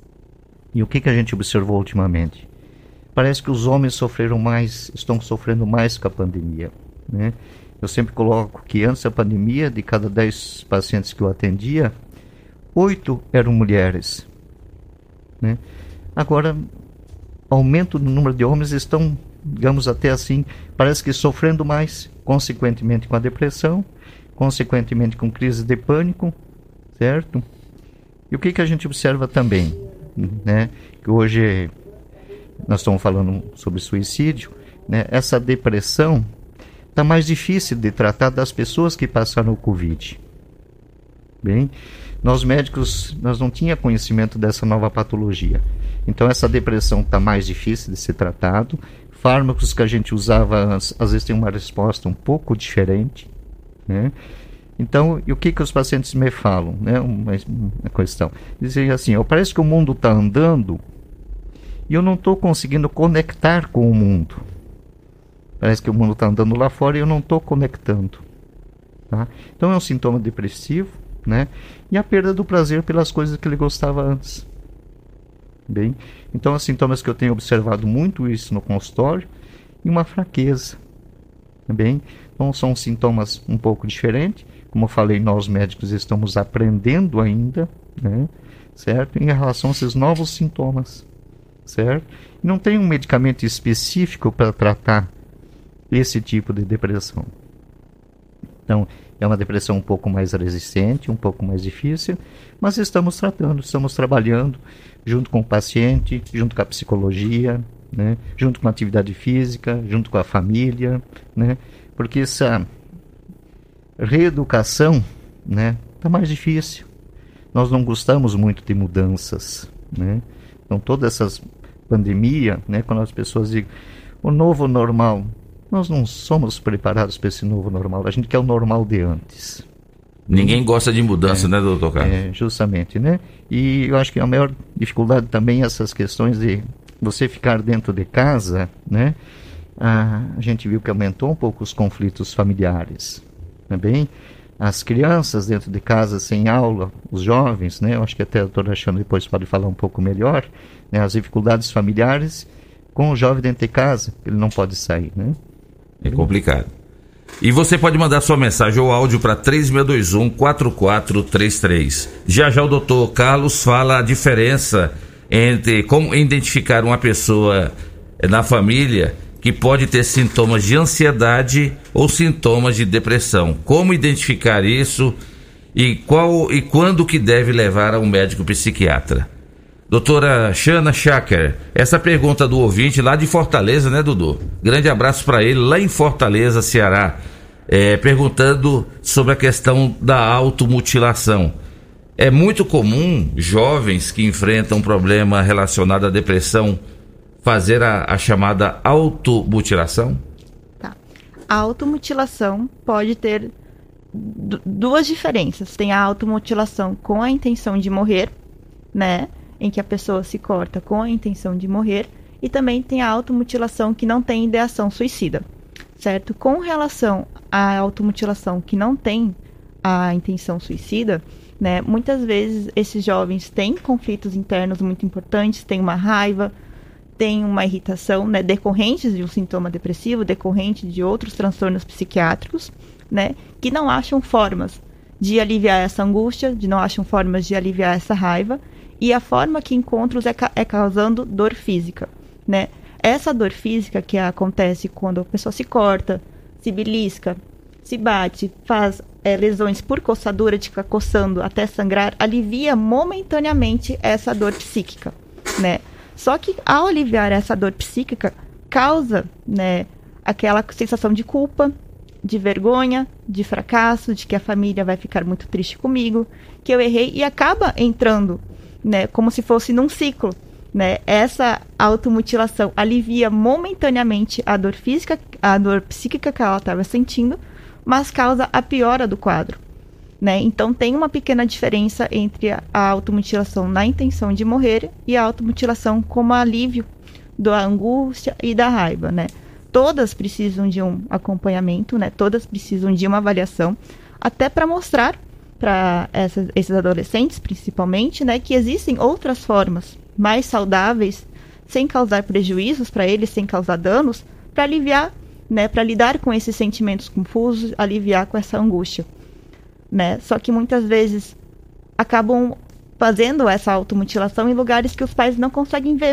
E o que a gente observou ultimamente? Parece que os homens estão sofrendo mais com a pandemia, né? Eu sempre coloco que antes da pandemia, de cada 10 pacientes que eu atendia, 8 eram mulheres, né? Agora, aumento no número de homens estão, digamos até assim, parece que sofrendo mais, consequentemente com a depressão, consequentemente com crise de pânico, certo? E o que a gente observa também, né? Que hoje nós estamos falando sobre suicídio, né? Essa depressão está mais difícil de tratar das pessoas que passaram o Covid. Bem, nós médicos, nós não tínhamos conhecimento dessa nova patologia. Então essa depressão está mais difícil de ser tratado. Fármacos que a gente usava antes, às vezes tem uma resposta um pouco diferente, né? Então, e o que os pacientes me falam, né? Uma questão. Dizem assim, parece que o mundo está andando e eu não estou conseguindo conectar com o mundo. Parece que o mundo está andando lá fora e eu não estou conectando. Tá? Então é um sintoma depressivo, né? E a perda do prazer pelas coisas que ele gostava antes. Bem, então os sintomas que eu tenho observado muito isso no consultório e uma fraqueza. Bem, então são sintomas um pouco diferentes. Como eu falei, nós médicos estamos aprendendo ainda, né? Certo? Em relação a esses novos sintomas, certo? E não tem um medicamento específico para tratar esse tipo de depressão. Então, é uma depressão um pouco mais resistente, um pouco mais difícil, mas estamos tratando, estamos trabalhando junto com o paciente, junto com a psicologia, né? Junto com a atividade física, junto com a família, né? Porque essa reeducação, né, tá mais difícil. Nós não gostamos muito de mudanças, né? Então, toda essa pandemia, né, quando as pessoas dizem o novo normal, nós não somos preparados para esse novo normal. A gente quer o normal de antes. Ninguém gosta de mudança, né, doutor Carlos? Justamente, né? E eu acho que a maior dificuldade também é essas questões de você ficar dentro de casa, né? A gente viu que aumentou um pouco os conflitos familiares, também. As crianças dentro de casa sem aula, os jovens, né? Eu acho que até a doutora Alexandre depois pode falar um pouco melhor, né? As dificuldades familiares com o jovem dentro de casa, ele não pode sair, né? É complicado. E você pode mandar sua mensagem ou áudio para 3621-4433. Já o doutor Carlos fala a diferença entre como identificar uma pessoa na família que pode ter sintomas de ansiedade ou sintomas de depressão. Como identificar isso e quando que deve levar a um médico psiquiatra? Doutora Shana Shaker, essa pergunta do ouvinte lá de Fortaleza, né, Dudu? Grande abraço para ele, lá em Fortaleza, Ceará, perguntando sobre a questão da automutilação. É muito comum jovens que enfrentam um problema relacionado à depressão fazer a chamada automutilação? Tá. A automutilação pode ter duas diferenças. Tem a automutilação com a intenção de morrer, né? Em que a pessoa se corta com a intenção de morrer, e também tem a automutilação que não tem ideação suicida, certo? Com relação à automutilação que não tem a intenção suicida, né, muitas vezes esses jovens têm conflitos internos muito importantes, têm uma raiva, têm uma irritação, né, decorrentes de um sintoma depressivo, decorrente de outros transtornos psiquiátricos, né, que não acham formas de aliviar essa angústia, não acham formas de aliviar essa raiva. E a forma que encontram é causando dor física, né? Essa dor física que acontece quando a pessoa se corta, se belisca, se bate, faz lesões por coçadura, de ficar coçando até sangrar, alivia momentaneamente essa dor psíquica, né? Só que ao aliviar essa dor psíquica, causa, né, aquela sensação de culpa, de vergonha, de fracasso, de que a família vai ficar muito triste comigo, que eu errei, e acaba entrando, né, como se fosse num ciclo, né? Essa automutilação alivia momentaneamente a dor física, a dor psíquica que ela estava sentindo, mas causa a piora do quadro, né? Então tem uma pequena diferença entre a automutilação na intenção de morrer e a automutilação como alívio da angústia e da raiva, né? Todas precisam de um acompanhamento, né? Todas precisam de uma avaliação, até para mostrar para esses adolescentes, principalmente, né, que existem outras formas mais saudáveis, sem causar prejuízos para eles, sem causar danos, para aliviar, né, para lidar com esses sentimentos confusos, aliviar com essa angústia, né? Só que muitas vezes acabam fazendo essa automutilação em lugares que os pais não conseguem ver,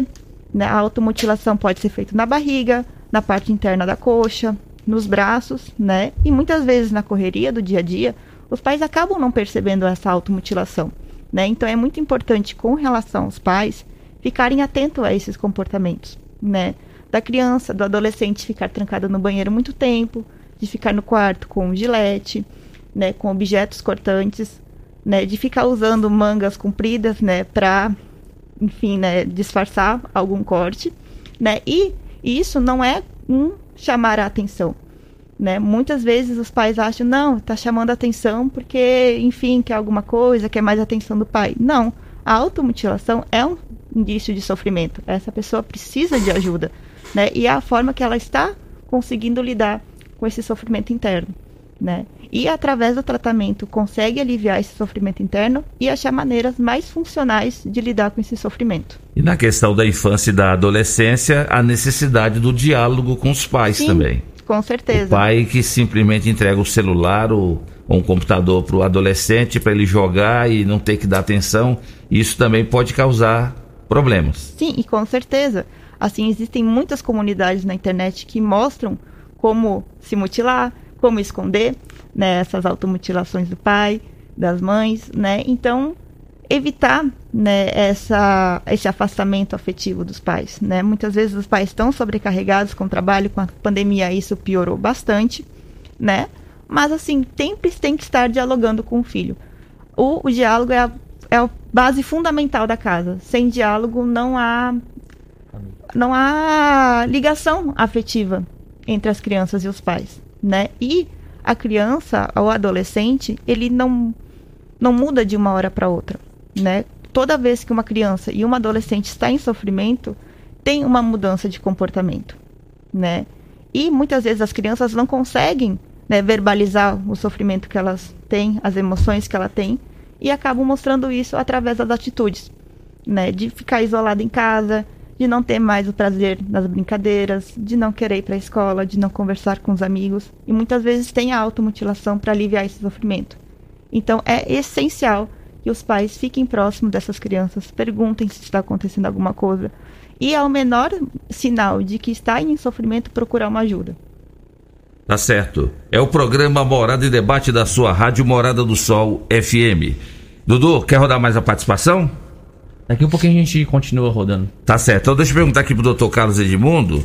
né? A automutilação pode ser feita na barriga, na parte interna da coxa, nos braços, né? E muitas vezes na correria do dia a dia, os pais acabam não percebendo essa automutilação, né? Então é muito importante, com relação aos pais, ficarem atentos a esses comportamentos, né? Da criança, do adolescente ficar trancado no banheiro muito tempo, de ficar no quarto com gilete, né? Com objetos cortantes, né? De ficar usando mangas compridas, né? Para, enfim, né? Disfarçar algum corte, né? E isso não é chamar a atenção, né? Muitas vezes os pais acham, não, tá chamando a atenção porque, enfim, quer alguma coisa, quer mais atenção do pai. Não, a automutilação é um indício de sofrimento. Essa pessoa precisa de ajuda, né? E é a forma que ela está conseguindo lidar com esse sofrimento interno, né? E através do tratamento consegue aliviar esse sofrimento interno e achar maneiras mais funcionais de lidar com esse sofrimento. E na questão da infância e da adolescência, a necessidade do diálogo com os pais. Sim, também. Com certeza. O pai que simplesmente entrega o celular ou um computador para o adolescente para ele jogar e não ter que dar atenção, isso também pode causar problemas. Sim, e com certeza. Assim, existem muitas comunidades na internet que mostram como se mutilar, como esconder, né, essas automutilações do pai, das mães, né? Então, evitar, né, esse afastamento afetivo dos pais, né? Muitas vezes os pais estão sobrecarregados com o trabalho, com a pandemia isso piorou bastante, né? Mas assim, sempre tem que estar dialogando com o filho. O diálogo é a base fundamental da casa. Sem diálogo não há ligação afetiva entre as crianças e os pais, né? E a criança, o adolescente, ele não muda de uma hora para outra, né? Toda vez que uma criança e uma adolescente está em sofrimento, tem uma mudança de comportamento, né? E muitas vezes as crianças não conseguem, né, verbalizar o sofrimento que elas têm, as emoções que ela tem, e acabam mostrando isso através das atitudes, né? De ficar isolada em casa, de não ter mais o prazer nas brincadeiras, de não querer ir para a escola, de não conversar com os amigos, e muitas vezes tem a automutilação para aliviar esse sofrimento. Então é essencial que os pais fiquem próximos dessas crianças, perguntem se está acontecendo alguma coisa, e ao menor sinal de que está em sofrimento, procurar uma ajuda. Tá certo. É o programa Morada em Debate da sua rádio Morada do Sol FM. Dudu, quer rodar mais a participação? Daqui a pouquinho a gente continua rodando. Tá certo. Então deixa eu perguntar aqui pro doutor Carlos Edmundo,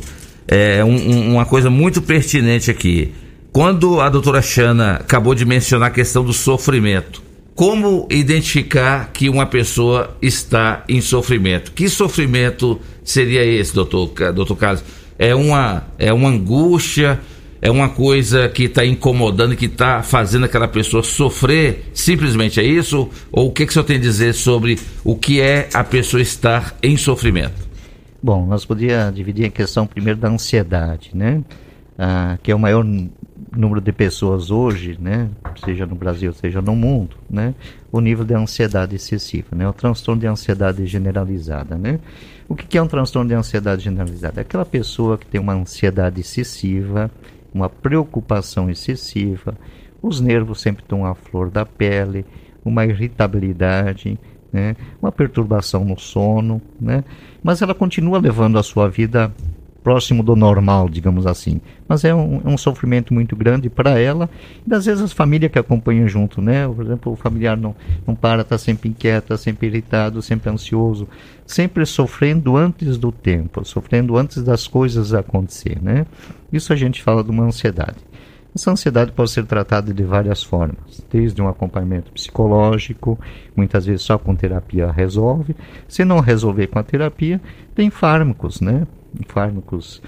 uma coisa muito pertinente aqui. Quando a doutora Xana acabou de mencionar a questão do sofrimento, como identificar que uma pessoa está em sofrimento? Que sofrimento seria esse, doutor Carlos? É uma angústia? É uma coisa que está incomodando, que está fazendo aquela pessoa sofrer? Simplesmente é isso? Ou o que o senhor tem a dizer sobre o que é a pessoa estar em sofrimento? Bom, nós podíamos dividir a questão primeiro da ansiedade, né? Que é o maior número de pessoas hoje, né? Seja no Brasil, seja no mundo, né? O nível de ansiedade excessiva, né? O transtorno de ansiedade generalizada, né? O que é um transtorno de ansiedade generalizada? É aquela pessoa que tem uma ansiedade excessiva, uma preocupação excessiva, os nervos sempre estão à flor da pele, uma irritabilidade, né? Uma perturbação no sono, né? Mas ela continua levando a sua vida próximo do normal, digamos assim. Mas é um sofrimento muito grande para ela, e às vezes a família que acompanha junto, né? Por exemplo, o familiar não para, está sempre inquieto, está sempre irritado, sempre ansioso, sempre sofrendo antes do tempo, sofrendo antes das coisas acontecer, né? Isso a gente fala de uma ansiedade. Essa ansiedade pode ser tratada de várias formas, desde um acompanhamento psicológico, muitas vezes só com terapia resolve. Se não resolver com a terapia, tem fármacos, né? Fármacos,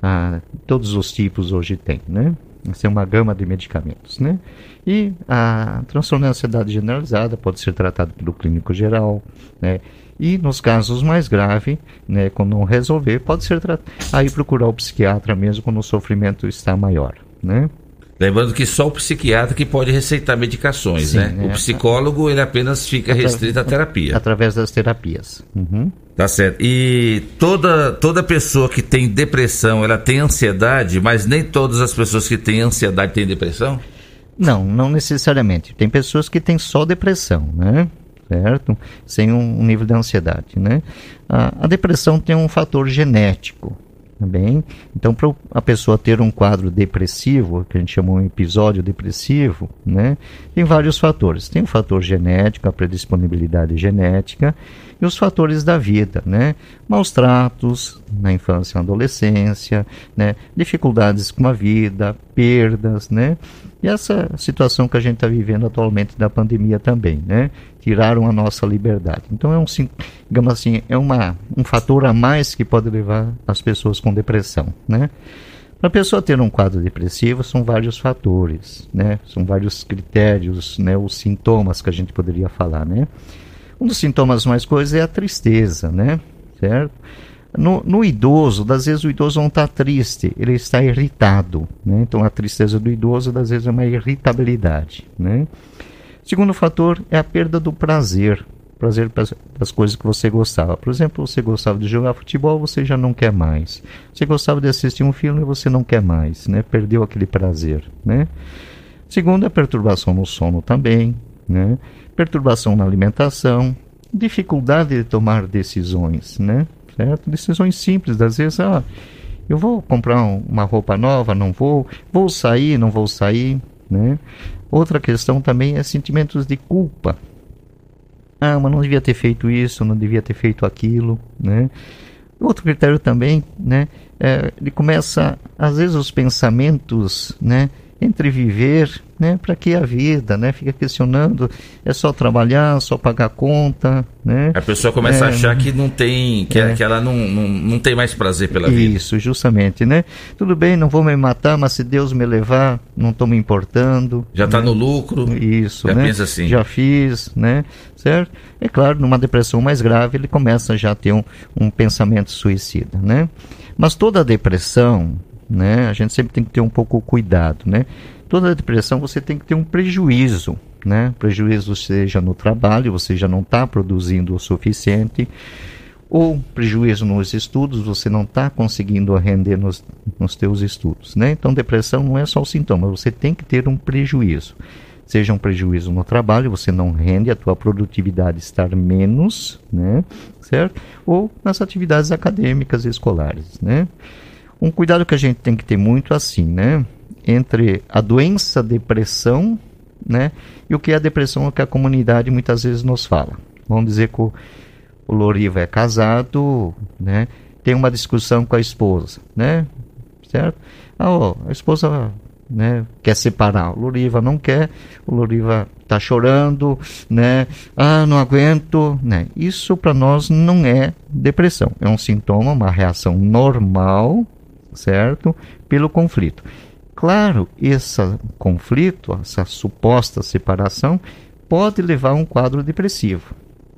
todos os tipos hoje tem, né? Essa é uma gama de medicamentos, né? E a transtorno de ansiedade generalizada pode ser tratado pelo clínico geral, né? E nos casos mais graves, né, quando não resolver, pode ser aí procurar o psiquiatra mesmo quando o sofrimento está maior, né? Lembrando que só o psiquiatra que pode receitar medicações, sim, né? O psicólogo, ele apenas fica restrito à terapia. Através das terapias. Uhum. Tá certo. E toda pessoa que tem depressão, ela tem ansiedade, mas nem todas as pessoas que têm ansiedade têm depressão? Não necessariamente. Tem pessoas que têm só depressão, né? certo? Sem um nível de ansiedade, né? A depressão tem um fator genético, tá bem? Então, para a pessoa ter um quadro depressivo, que a gente chama um episódio depressivo, né? Tem vários fatores. Tem o fator genético, a predisponibilidade genética, e os fatores da vida, né? Maus tratos na infância e na adolescência, né? Dificuldades com a vida, perdas, né? E essa situação que a gente está vivendo atualmente da pandemia também, né? Tiraram a nossa liberdade. Então digamos assim, é um fator a mais que pode levar as pessoas com depressão, né? Para a pessoa ter um quadro depressivo, são vários fatores, né? São vários critérios, né? Os sintomas que a gente poderia falar, né? Um dos sintomas mais coisas é a tristeza, né? Certo? No idoso, das vezes o idoso não está triste, ele está irritado, né? Então a tristeza do idoso, das vezes, é uma irritabilidade, né? Segundo fator é a perda do prazer das coisas que você gostava. Por exemplo, você gostava de jogar futebol, você já não quer mais. Você gostava de assistir um filme, você não quer mais, né? Perdeu aquele prazer, né? Segundo, a perturbação no sono também, né? Perturbação na alimentação, dificuldade de tomar decisões, né? Certo? Decisões simples, às vezes, eu vou comprar uma roupa nova, não vou sair, não vou sair, né? Outra questão também é sentimentos de culpa. Mas não devia ter feito isso, não devia ter feito aquilo, né? Outro critério também, né? Ele começa, às vezes, os pensamentos, né? Entre viver, né? Para que a vida, né? Fica questionando, é só trabalhar, só pagar conta, né? A pessoa começa a achar que não tem, que ela não tem mais prazer pela vida. Isso, justamente, né? Tudo bem, não vou me matar, mas se Deus me levar, não estou me importando. Já está, né? No lucro. Isso, já, né? Pensa assim. Já fiz, né? Certo? É claro, numa depressão mais grave, ele começa já a ter um pensamento suicida, né? Mas toda a depressão, né? A gente sempre tem que ter um pouco cuidado, né? Toda depressão você tem que ter um prejuízo, né? Prejuízo seja no trabalho, você já não está produzindo o suficiente, ou prejuízo nos estudos, você não está conseguindo render nos teus estudos, né? Então, depressão não é só o sintoma, você tem que ter um prejuízo. Seja um prejuízo no trabalho, você não rende, a tua produtividade estar menos, né? Certo? Ou nas atividades acadêmicas e escolares, né? Um cuidado que a gente tem que ter muito assim, né? Entre a doença depressão, né? E o que é a depressão, o que a comunidade muitas vezes nos fala. Vamos dizer que o Loriva é casado, né? Tem uma discussão com a esposa, né? Certo? A esposa, né, quer separar, o Loriva não quer, o Loriva está chorando, né? Não aguento, né? Isso para nós não é depressão, é um sintoma, uma reação normal, certo? Pelo conflito. Claro, esse conflito, essa suposta separação, pode levar a um quadro depressivo.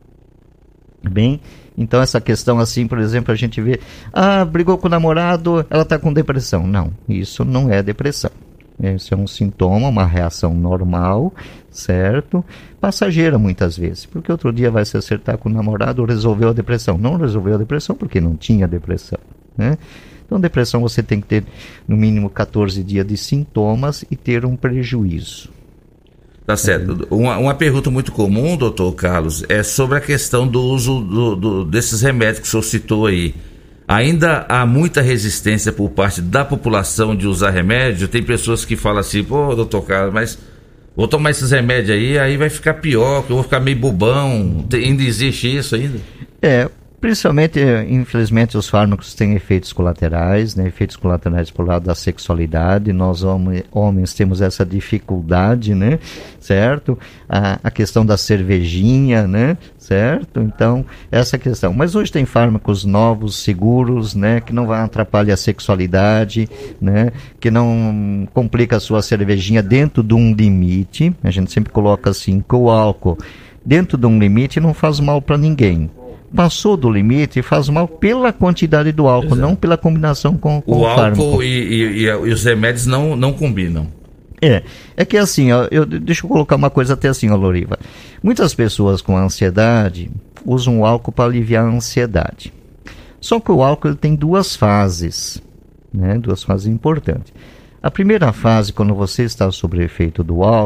Bem, então essa questão assim, por exemplo, a gente vê, brigou com o namorado, ela está com depressão. Não, isso não é depressão. Esse é um sintoma, uma reação normal, certo? Passageira muitas vezes, porque outro dia vai se acertar com o namorado, resolveu a depressão. Não resolveu a depressão porque não tinha depressão, né? Então, depressão você tem que ter no mínimo 14 dias de sintomas e ter um prejuízo. Tá certo. Uma pergunta muito comum, doutor Carlos, é sobre a questão do uso desses remédios que o senhor citou aí. Ainda há muita resistência por parte da população de usar remédio? Tem pessoas que falam assim, pô, doutor Carlos, mas vou tomar esses remédios aí vai ficar pior, que eu vou ficar meio bobão. Ainda existe isso ainda? Principalmente, infelizmente, os fármacos têm efeitos colaterais, né? Efeitos colaterais por lado da sexualidade. Nós, homens, temos essa dificuldade, né? Certo? A questão da cervejinha, né? Certo? Então, essa questão. Mas hoje tem fármacos novos, seguros, né? Que não vão atrapalhar a sexualidade, né? Que não complica a sua cervejinha dentro de um limite. A gente sempre coloca assim, que o álcool dentro de um limite não faz mal para ninguém. Passou do limite, faz mal pela quantidade do álcool, não pela combinação com o fármaco. O álcool e os remédios não combinam. É que assim, deixa eu colocar uma coisa até assim, Loriva. Muitas pessoas com ansiedade usam o álcool para aliviar a ansiedade. Só que o álcool ele tem duas fases, né? Duas fases importantes. A primeira fase, quando você está sob o efeito do álcool,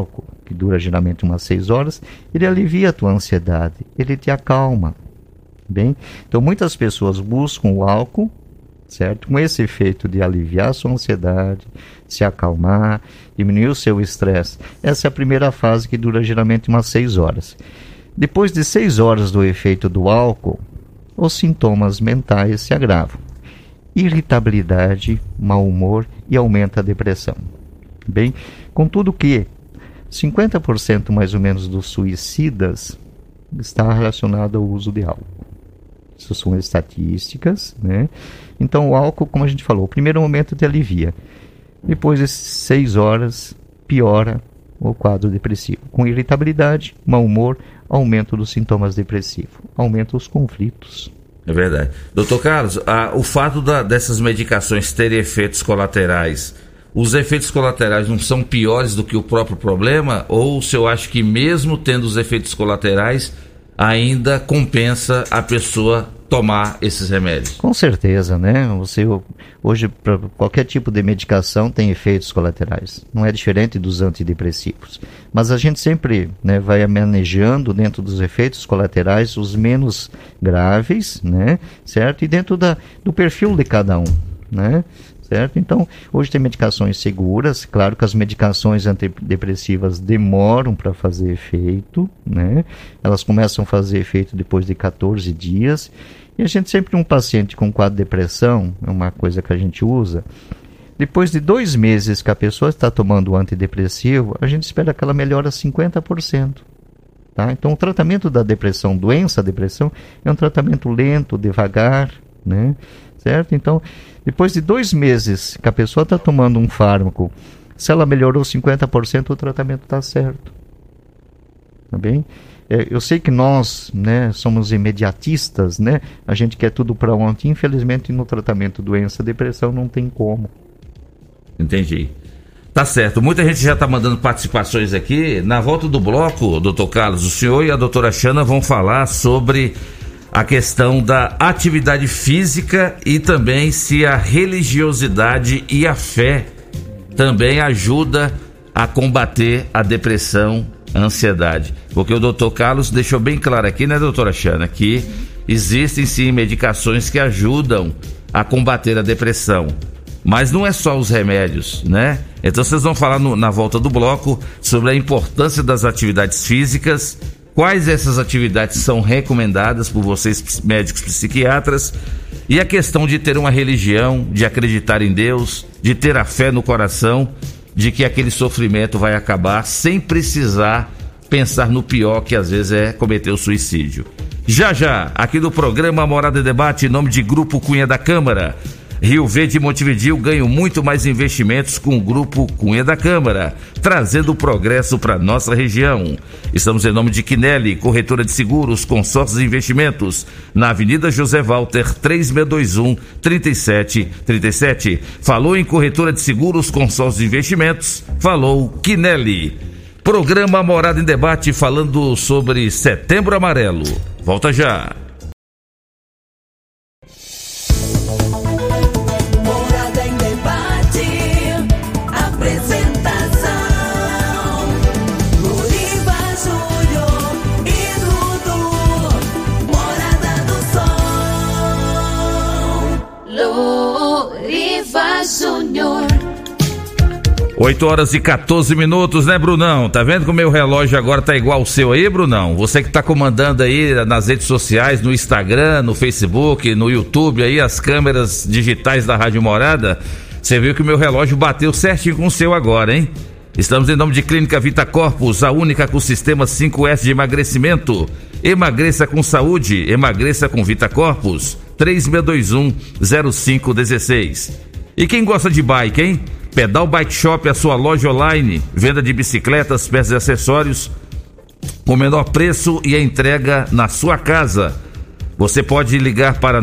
que dura geralmente umas 6 horas, ele alivia a tua ansiedade, ele te acalma. Bem, então muitas pessoas buscam o álcool, certo? Com esse efeito de aliviar a sua ansiedade, se acalmar, diminuir o seu estresse. Essa é a primeira fase que dura geralmente umas 6 horas. Depois de 6 horas do efeito do álcool, os sintomas mentais se agravam. Irritabilidade, mau humor e aumenta a depressão. Bem, contudo que 50% mais ou menos dos suicidas está relacionado ao uso de álcool. Isso são estatísticas, né? Então o álcool, como a gente falou, o primeiro momento te alivia. Depois de 6 horas, piora o quadro depressivo. Com irritabilidade, mau humor, aumento dos sintomas depressivos, aumenta os conflitos. É verdade. Doutor Carlos, o fato dessas medicações terem efeitos colaterais, os efeitos colaterais não são piores do que o próprio problema? Ou o senhor acha que mesmo tendo os efeitos colaterais, ainda compensa a pessoa tomar esses remédios? Com certeza, né? Hoje, para qualquer tipo de medicação tem efeitos colaterais. Não é diferente dos antidepressivos. Mas a gente sempre, né, vai manejando dentro dos efeitos colaterais os menos graves, né? Certo? E dentro do perfil de cada um, né? Certo? Então, hoje tem medicações seguras. Claro que as medicações antidepressivas demoram para fazer efeito, né? Elas começam a fazer efeito depois de 14 dias. E a gente sempre, um paciente com quadro de depressão, é uma coisa que a gente usa, depois de 2 meses que a pessoa está tomando o antidepressivo, a gente espera que ela melhore 50%. Tá? Então, o tratamento da depressão, depressão, é um tratamento lento, devagar, né? Certo? Então, depois de 2 meses que a pessoa está tomando um fármaco, se ela melhorou 50%, o tratamento está certo. Tá bem? Eu sei que nós, né, somos imediatistas, né? A gente quer tudo para ontem. Infelizmente, no tratamento depressão, não tem como. Entendi. Tá certo. Muita gente já está mandando participações aqui. Na volta do bloco, doutor Carlos, o senhor e a doutora Xana vão falar sobre a questão da atividade física e também se a religiosidade e a fé também ajuda a combater a depressão, a ansiedade. Porque o doutor Carlos deixou bem claro aqui, né, doutora Xana, que existem sim medicações que ajudam a combater a depressão. Mas não é só os remédios, né? Então vocês vão falar na volta do bloco sobre a importância das atividades físicas. Quais essas atividades são recomendadas por vocês, médicos psiquiatras? E a questão de ter uma religião, de acreditar em Deus, de ter a fé no coração, de que aquele sofrimento vai acabar sem precisar pensar no pior, que às vezes é cometer o suicídio. Já, aqui no programa Morada em Debate, em nome de Grupo Cunha da Câmara. Rio Verde e Montevidéu ganham muito mais investimentos com o Grupo Cunha da Câmara, trazendo progresso para nossa região. Estamos em nome de Quinelli, corretora de seguros, consórcios e investimentos, na Avenida José Walter, 3621-3737. Falou em corretora de seguros, consórcios e investimentos, falou Quinelli. Programa Morada em Debate, falando sobre Setembro Amarelo. Volta já. Júnior. 8h14, né, Brunão? Tá vendo que o meu relógio agora tá igual o seu aí, Brunão? Você que tá comandando aí nas redes sociais, no Instagram, no Facebook, no YouTube aí, as câmeras digitais da Rádio Morada, você viu que o meu relógio bateu certinho com o seu agora, hein? Estamos em nome de Clínica Vita Corpus, a única com sistema 5S de emagrecimento. Emagreça com saúde, emagreça com Vita Corpus. 3621-0516. E quem gosta de bike, hein? Pedal Bike Shop, a sua loja online, venda de bicicletas, peças e acessórios, com o menor preço e a entrega na sua casa. Você pode ligar para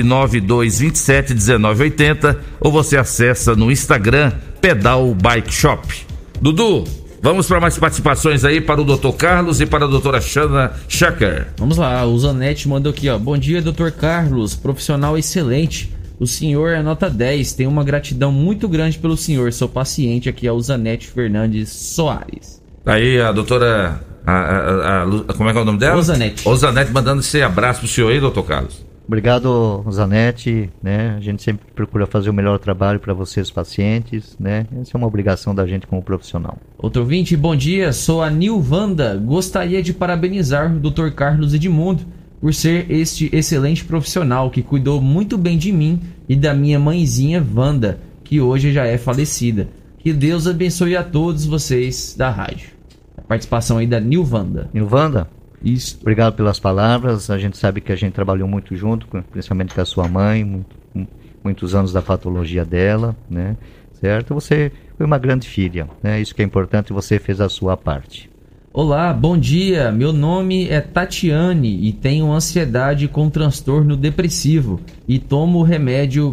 992271980 ou você acessa no Instagram Pedal Bike Shop. Dudu, vamos para mais participações aí para o Dr. Carlos e para a doutora Xana Schacker. Vamos lá, o Zanetti mandou aqui, ó. Bom dia, Dr. Carlos, profissional excelente. O senhor é nota 10, tenho uma gratidão muito grande pelo senhor. Sou paciente, aqui é o Zanetti Fernandes Soares. Aí a doutora, como é que é o nome dela? Osanete. Osanete mandando esse abraço pro senhor aí, doutor Carlos. Obrigado, Zanetti, né? A gente sempre procura fazer o melhor trabalho para vocês, pacientes, né? Essa é uma obrigação da gente como profissional. Outro ouvinte, bom dia, sou a Nilvanda. Gostaria de parabenizar o Dr. Carlos Edmundo por ser este excelente profissional que cuidou muito bem de mim e da minha mãezinha Wanda, que hoje já é falecida. Que Deus abençoe a todos vocês da rádio. A participação aí da Nilvanda. Nilvanda? Isso. Obrigado pelas palavras. A gente sabe que a gente trabalhou muito junto, principalmente com a sua mãe, muitos anos da patologia dela, né? Certo? Você foi uma grande filha, né? Isso que é importante, você fez a sua parte. Olá, bom dia. Meu nome é Tatiane e tenho ansiedade com transtorno depressivo e tomo o remédio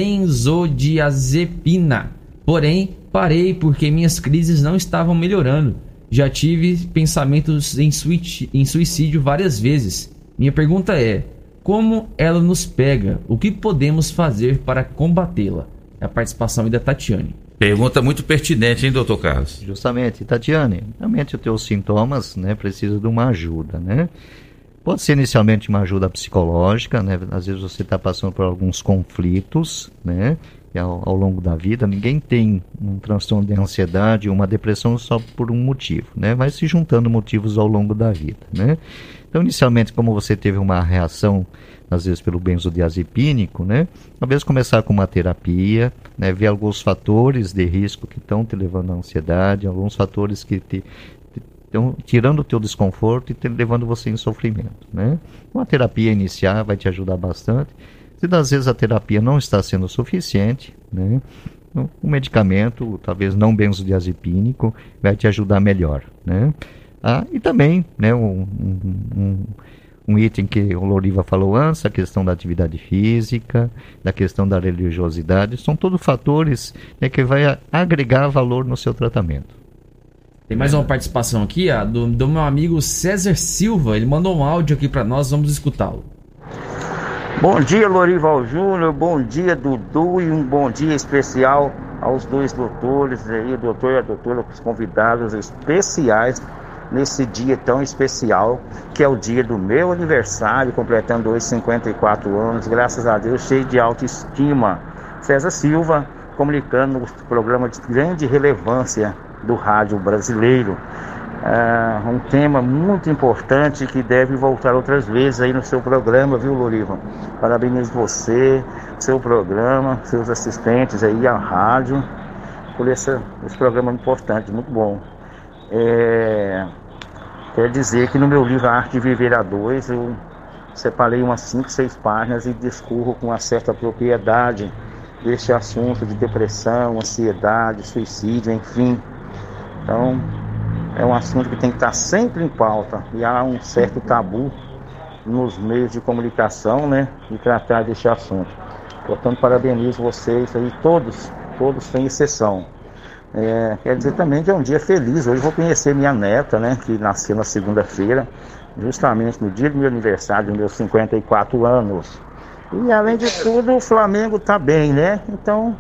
benzodiazepina. Porém, parei porque minhas crises não estavam melhorando. Já tive pensamentos em suicídio várias vezes. Minha pergunta é: como ela nos pega? O que podemos fazer para combatê-la? É a participação aí da Tatiane. Pergunta muito pertinente, hein, doutor Carlos? Justamente, Tatiane, realmente os teus sintomas, né, precisam de uma ajuda, né? Pode ser inicialmente uma ajuda psicológica, né? Às vezes você está passando por alguns conflitos, né? E ao longo da vida, ninguém tem um transtorno de ansiedade ou uma depressão só por um motivo, né? Vai se juntando motivos ao longo da vida, né? Então, inicialmente, como você teve uma reação, às vezes pelo benzodiazepínico, né? Talvez começar com uma terapia, né? Ver alguns fatores de risco que estão te levando à ansiedade, alguns fatores que estão tirando o teu desconforto e levando você em sofrimento, né? Uma terapia iniciar vai te ajudar bastante. Se às vezes a terapia não está sendo suficiente, né? Um medicamento, talvez não benzodiazepínico, vai te ajudar melhor, né? E também, né, um item que o Loriva falou antes, a questão da atividade física, da questão da religiosidade, são todos fatores, né, que vai agregar valor no seu tratamento. Tem mais uma participação aqui, do meu amigo César Silva. Ele mandou um áudio aqui para nós, vamos escutá-lo. Bom dia, Lorival Júnior, bom dia, Dudu, e um bom dia especial aos dois doutores aí, o doutor e a doutora, os convidados especiais nesse dia tão especial, que é o dia do meu aniversário, completando hoje 54 anos, graças a Deus, cheio de autoestima. César Silva, comunicando no programa de grande relevância do rádio brasileiro. Um tema muito importante que deve voltar outras vezes aí no seu programa, viu, Loriva? Parabenizo você, seu programa, seus assistentes aí, a rádio, por esse programa importante, muito bom. Quer dizer que no meu livro A Arte de Viver a Dois, eu separei umas 5, 6 páginas e discorro com uma certa propriedade deste assunto de depressão, ansiedade, suicídio, enfim. Então, é um assunto que tem que estar sempre em pauta, e há um certo tabu nos meios de comunicação, né, de tratar deste assunto. Portanto, parabenizo vocês aí, todos sem exceção. Quer dizer também que é um dia feliz. Hoje vou conhecer minha neta, né, que nasceu na segunda-feira, justamente no dia do meu aniversário, dos meus 54 anos. E além de tudo, o Flamengo está bem, né? Então,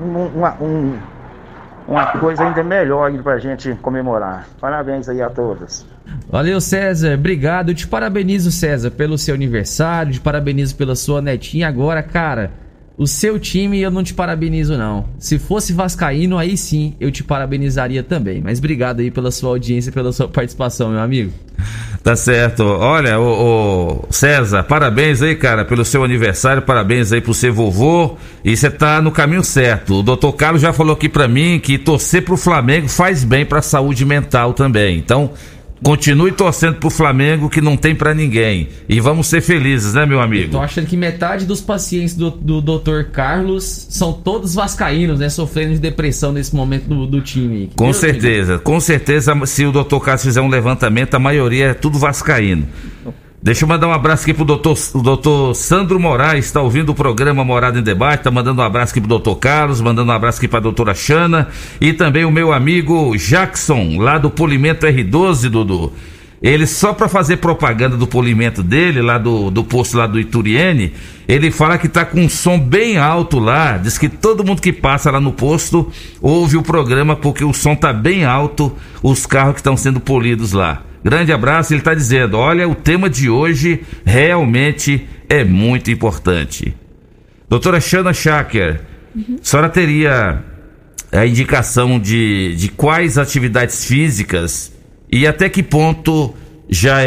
uma coisa ainda melhor para a gente comemorar. Parabéns aí a todos. Valeu, César, obrigado. Eu te parabenizo, César, pelo seu aniversário, te parabenizo pela sua netinha. Agora, cara, o seu time eu não te parabenizo, não. Se fosse vascaíno, aí sim eu te parabenizaria também. Mas obrigado aí pela sua audiência, pela sua participação, meu amigo. Tá certo. Olha, o César, parabéns aí, cara, pelo seu aniversário, parabéns aí por ser vovô, e você tá no caminho certo. O doutor Carlos já falou aqui pra mim que torcer pro Flamengo faz bem pra saúde mental também. Então, continue torcendo pro Flamengo, que não tem pra ninguém. E vamos ser felizes, né, meu amigo? Eu tô achando que metade dos pacientes do Dr. Carlos são todos vascaínos, né? Sofrendo de depressão nesse momento do time. Com certeza, com certeza, se o Dr. Carlos fizer um levantamento, a maioria é tudo vascaíno. Deixa eu mandar um abraço aqui pro doutor Sandro Moraes, está ouvindo o programa Morada em Debate, tá mandando um abraço aqui pro doutor Carlos, mandando um abraço aqui pra doutora Xana, e também o meu amigo Jackson, lá do Polimento R12, Dudu. ele só para fazer propaganda do polimento dele, lá do posto lá do Ituriene, ele fala que tá com um som bem alto lá, diz que todo mundo que passa lá no posto ouve o programa porque o som tá bem alto, os carros que estão sendo polidos lá. Grande abraço, ele tá dizendo, olha, o tema de hoje realmente é muito importante. Doutora Shana Shaker, a senhora teria a indicação de quais atividades físicas e até que ponto já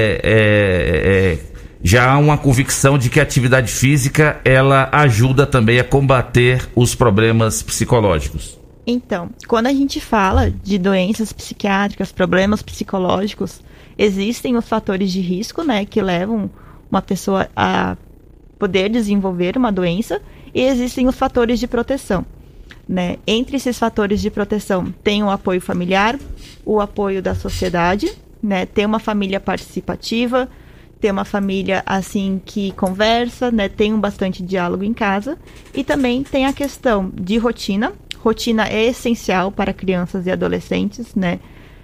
já há uma convicção de que a atividade física ela ajuda também a combater os problemas psicológicos? Então, quando a gente fala de doenças psiquiátricas, problemas psicológicos, existem os fatores de risco, né, que levam uma pessoa a poder desenvolver uma doença, e existem os fatores de proteção, né? Entre esses fatores de proteção tem o apoio familiar, o apoio da sociedade, né? Ter uma família participativa, ter uma família assim que conversa, né? Tem bastante diálogo em casa, e também tem a questão de rotina. Rotina é essencial para crianças e adolescentes, né?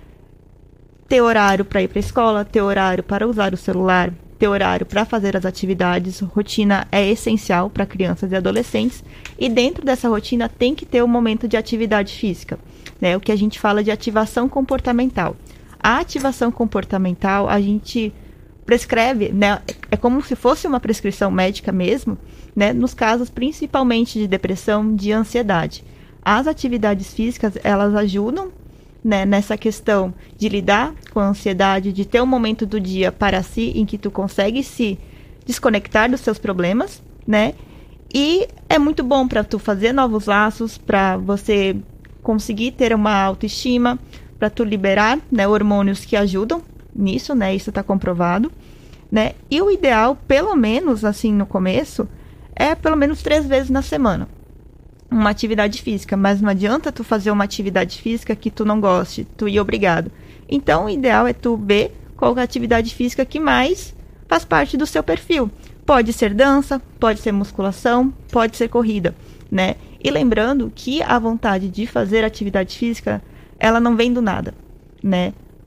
Ter horário para ir para a escola, ter horário para usar o celular, ter horário para fazer as atividades. Rotina é essencial para crianças e adolescentes, e dentro dessa rotina tem que ter um momento de atividade física, né? O que a gente fala de ativação comportamental. A ativação comportamental a gente prescreve, né? É como se fosse uma prescrição médica mesmo, né? Nos casos principalmente de depressão, de ansiedade. As atividades físicas, elas ajudam, né, nessa questão de lidar com a ansiedade, de ter um momento do dia para si em que tu consegue se desconectar dos seus problemas, né? E é muito bom para tu fazer novos laços, para você conseguir ter uma autoestima, para tu liberar, né, hormônios que ajudam nisso, né? Isso está comprovado, né? E o ideal, pelo menos assim no começo, é pelo menos 3 vezes na semana uma atividade física, mas não adianta tu fazer uma atividade física que tu não goste, tu ir obrigado. Então, o ideal é tu ver qual é a atividade física que mais faz parte do seu perfil. Pode ser dança, pode ser musculação, pode ser corrida, né? E lembrando que a vontade de fazer atividade física, ela não vem do nada, né?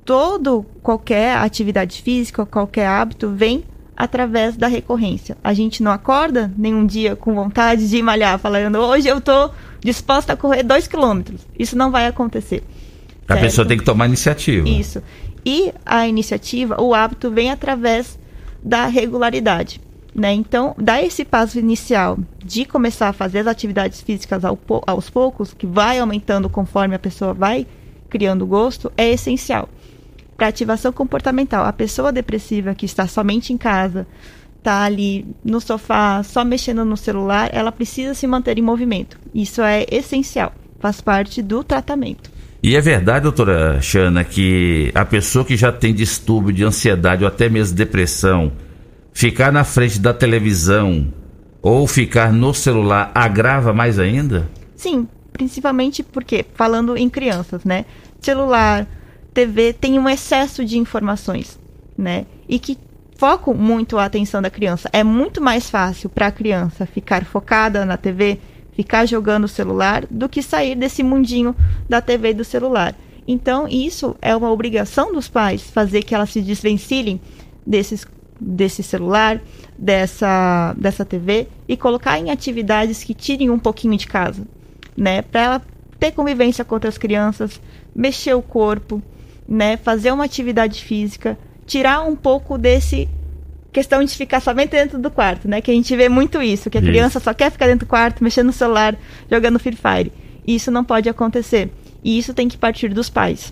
Qualquer atividade física, qualquer hábito vem através da recorrência. A gente não acorda nenhum dia com vontade de ir malhar, falando, hoje eu tô disposta a correr 2 quilômetros. Isso não vai acontecer. A certo? pessoa tem que tomar iniciativa. Isso. E a iniciativa, o hábito vem através da regularidade, né? Então, dar esse passo inicial de começar a fazer as atividades físicas aos poucos, que vai aumentando conforme a pessoa vai criando gosto, é essencial. Para ativação comportamental, a pessoa depressiva que está somente em casa, está ali no sofá, só mexendo no celular, ela precisa se manter em movimento. Isso é essencial, faz parte do tratamento. E é verdade, doutora Shana, que a pessoa que já tem distúrbio de ansiedade ou até mesmo depressão, ficar na frente da televisão ou ficar no celular agrava mais ainda? Sim, principalmente porque, falando em crianças, né? Celular, TV tem um excesso de informações, né? E que focam muito a atenção da criança. É muito mais fácil para a criança ficar focada na TV, ficar jogando o celular, do que sair desse mundinho da TV e do celular. Então, isso é uma obrigação dos pais, fazer que elas se desvencilhem desse celular, dessa TV, e colocar em atividades que tirem um pouquinho de casa, né? Para ela ter convivência com outras crianças, mexer o corpo, né, fazer uma atividade física, tirar um pouco desse questão de ficar somente dentro do quarto, né, que a gente vê muito isso, que a criança só quer ficar dentro do quarto, mexendo no celular, jogando Free Fire. Isso não pode acontecer, e isso tem que partir dos pais.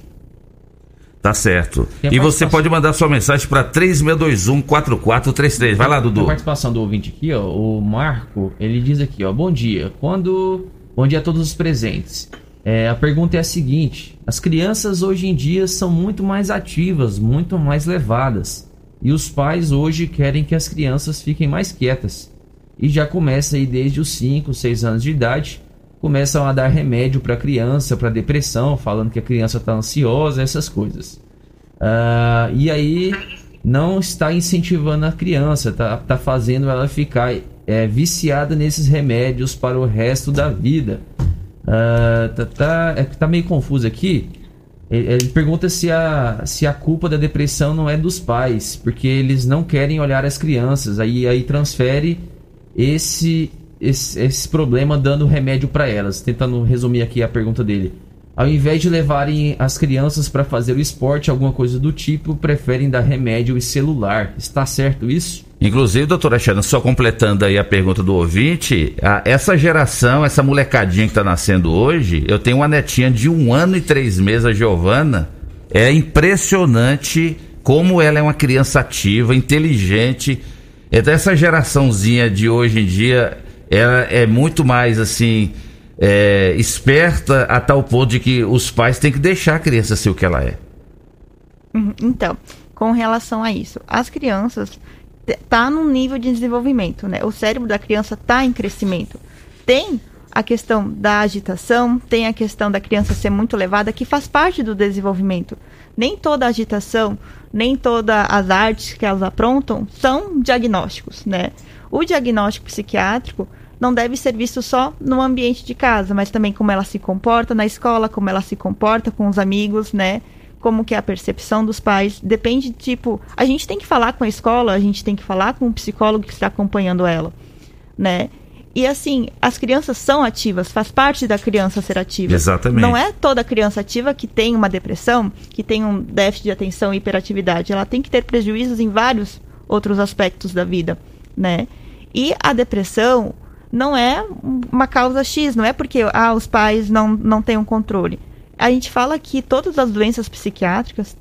Tá certo. E você pode mandar sua mensagem para 3621-4433. Vai lá, Dudu. A participação do ouvinte aqui, ó, o Marco, ele diz aqui, ó, bom dia. Bom dia a todos os presentes. A pergunta é a seguinte: as crianças hoje em dia são muito mais ativas, muito mais levadas, e os pais hoje querem que as crianças fiquem mais quietas, e já começa aí desde os 5, 6 anos de idade, começam a dar remédio para a criança, para depressão, falando que a criança está ansiosa, essas coisas. E aí não está incentivando a criança, tá fazendo ela ficar viciada nesses remédios para o resto da vida. Tá meio confuso aqui. Ele pergunta se a culpa da depressão não é dos pais, porque eles não querem olhar as crianças, aí transfere esse problema dando remédio para elas. Tentando resumir aqui a pergunta dele. Ao invés de levarem as crianças para fazer o esporte, alguma coisa do tipo, preferem dar remédio e celular. Está certo isso? Inclusive, doutora Xana, só completando aí a pergunta do ouvinte, essa geração, essa molecadinha que está nascendo hoje, eu tenho uma netinha de 1 ano e 3 meses, a Giovana, é impressionante como ela é uma criança ativa, inteligente. Então, essa geraçãozinha de hoje em dia, ela é muito mais, assim, esperta a tal ponto de que os pais têm que deixar a criança ser o que ela é. Então, com relação a isso, as crianças tá num nível de desenvolvimento, né? O cérebro da criança tá em crescimento. Tem a questão da agitação, tem a questão da criança ser muito levada, que faz parte do desenvolvimento. Nem toda agitação, nem todas as artes que elas aprontam são diagnósticos, né? O diagnóstico psiquiátrico não deve ser visto só no ambiente de casa, mas também como ela se comporta na escola, como ela se comporta com os amigos, né? Como que é a percepção dos pais, depende, tipo, a gente tem que falar com a escola, a gente tem que falar com o psicólogo que está acompanhando ela, né? E assim, as crianças são ativas, faz parte da criança ser ativa. Exatamente. Não é toda criança ativa que tem uma depressão, que tem um déficit de atenção e hiperatividade, ela tem que ter prejuízos em vários outros aspectos da vida, né? E a depressão não é uma causa X, não é porque os pais não têm um controle. A gente fala que todas as doenças psiquiátricas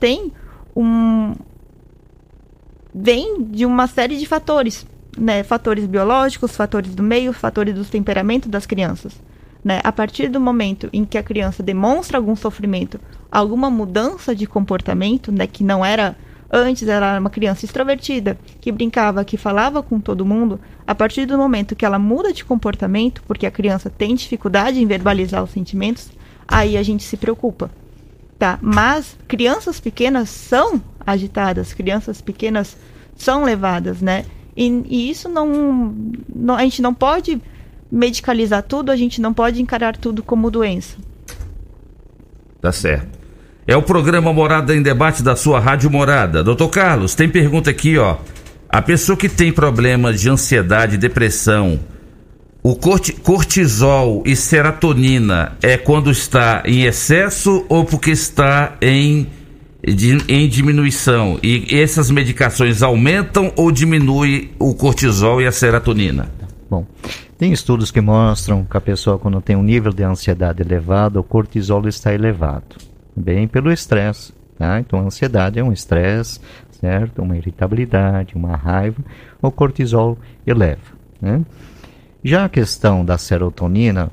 vêm de uma série de fatores, né? Fatores biológicos, fatores do meio, fatores do temperamento das crianças, né? A partir do momento em que a criança demonstra algum sofrimento, alguma mudança de comportamento, né? Que não era antes, ela era uma criança extrovertida, que brincava, que falava com todo mundo. A partir do momento que ela muda de comportamento, porque a criança tem dificuldade em verbalizar os sentimentos, aí a gente se preocupa, tá? Mas crianças pequenas são agitadas, crianças pequenas são levadas, né? E isso a gente não pode medicalizar tudo, a gente não pode encarar tudo como doença. Tá certo. É o programa Morada em Debate da sua Rádio Morada. Doutor Carlos, tem pergunta aqui, ó. A pessoa que tem problemas de ansiedade, depressão, o cortisol e serotonina é quando está em excesso ou porque está em diminuição? E essas medicações aumentam ou diminuem o cortisol e a serotonina? Bom, tem estudos que mostram que a pessoa, quando tem um nível de ansiedade elevado, o cortisol está elevado, bem pelo estresse, tá? Então a ansiedade é um estresse, certo? Uma irritabilidade, uma raiva, o cortisol eleva, né? Já a questão da serotonina,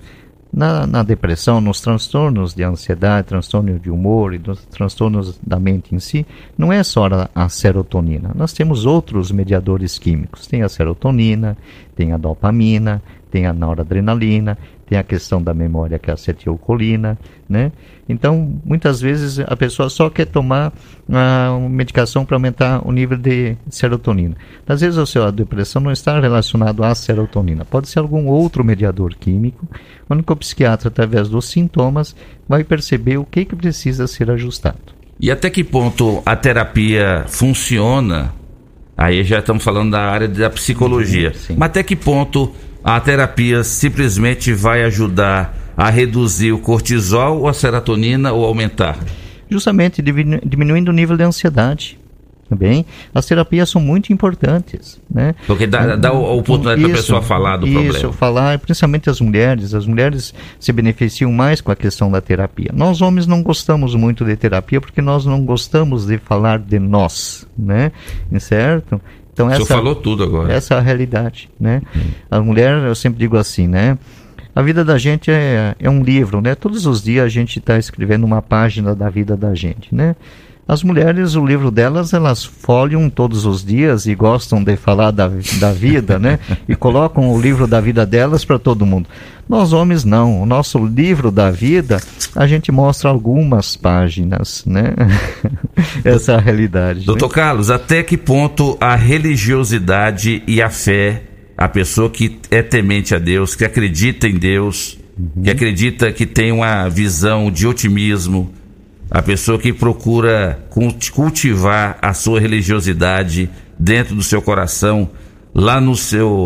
na depressão, nos transtornos de ansiedade, transtornos de humor e dos transtornos da mente em si, não é só a serotonina. Nós temos outros mediadores químicos. Tem a serotonina, tem a dopamina, tem a noradrenalina, tem a questão da memória, que é a acetilcolina, né? Então, muitas vezes a pessoa só quer tomar uma medicação para aumentar o nível de serotonina. Às vezes a depressão não está relacionada à serotonina. Pode ser algum outro mediador químico, onde o psiquiatra, através dos sintomas, vai perceber o que precisa ser ajustado. E até que ponto a terapia funciona? Aí já estamos falando da área da psicologia. Sim. Mas até que ponto a terapia simplesmente vai ajudar a reduzir o cortisol ou a serotonina ou aumentar? Justamente diminuindo o nível de ansiedade. Bem, as terapias são muito importantes, né? Porque dá a oportunidade para a pessoa falar do problema. Isso, falar, principalmente as mulheres se beneficiam mais com a questão da terapia. Nós homens não gostamos muito de terapia porque nós não gostamos de falar de nós, né? Certo? Então, o senhor falou tudo agora. Essa é a realidade, né? A mulher, eu sempre digo assim, né? A vida da gente é um livro, né? Todos os dias a gente está escrevendo uma página da vida da gente, né? As mulheres, o livro delas, elas folham todos os dias e gostam de falar da vida, né? E colocam o livro da vida delas para todo mundo. Nós homens não. O nosso livro da vida, a gente mostra algumas páginas, né? Essa é a realidade. Doutor, né? Carlos, até que ponto a religiosidade e a fé, a pessoa que é temente a Deus, que acredita em Deus, que acredita que tem uma visão de otimismo, a pessoa que procura cultivar a sua religiosidade dentro do seu coração, lá na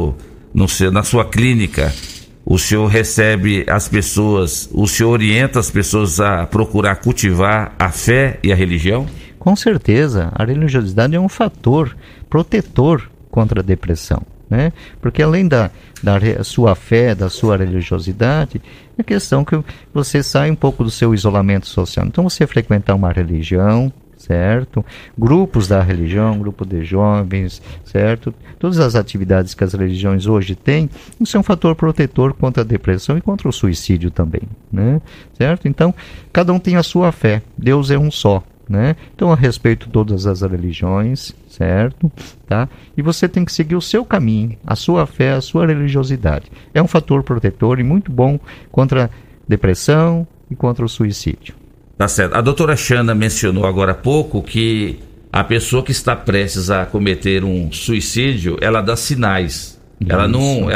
sua clínica, o senhor recebe as pessoas, o senhor orienta as pessoas a procurar cultivar a fé e a religião? Com certeza, a religiosidade é um fator protetor contra a depressão, né? Porque além da sua fé, da sua religiosidade, é questão que você sai um pouco do seu isolamento social. Então você frequentar uma religião, certo? Grupos da religião, grupo de jovens, certo? Todas as atividades que as religiões hoje têm, isso é um fator protetor contra a depressão e contra o suicídio também, né? Certo? Então, cada um tem a sua fé. Deus é um só, né? Então, eu respeito todas as religiões, certo? Tá? E você tem que seguir o seu caminho, a sua fé, a sua religiosidade. É um fator protetor e muito bom contra a depressão e contra o suicídio. Tá certo. A doutora Xana mencionou agora há pouco que a pessoa que está prestes a cometer um suicídio, ela dá sinais. Ela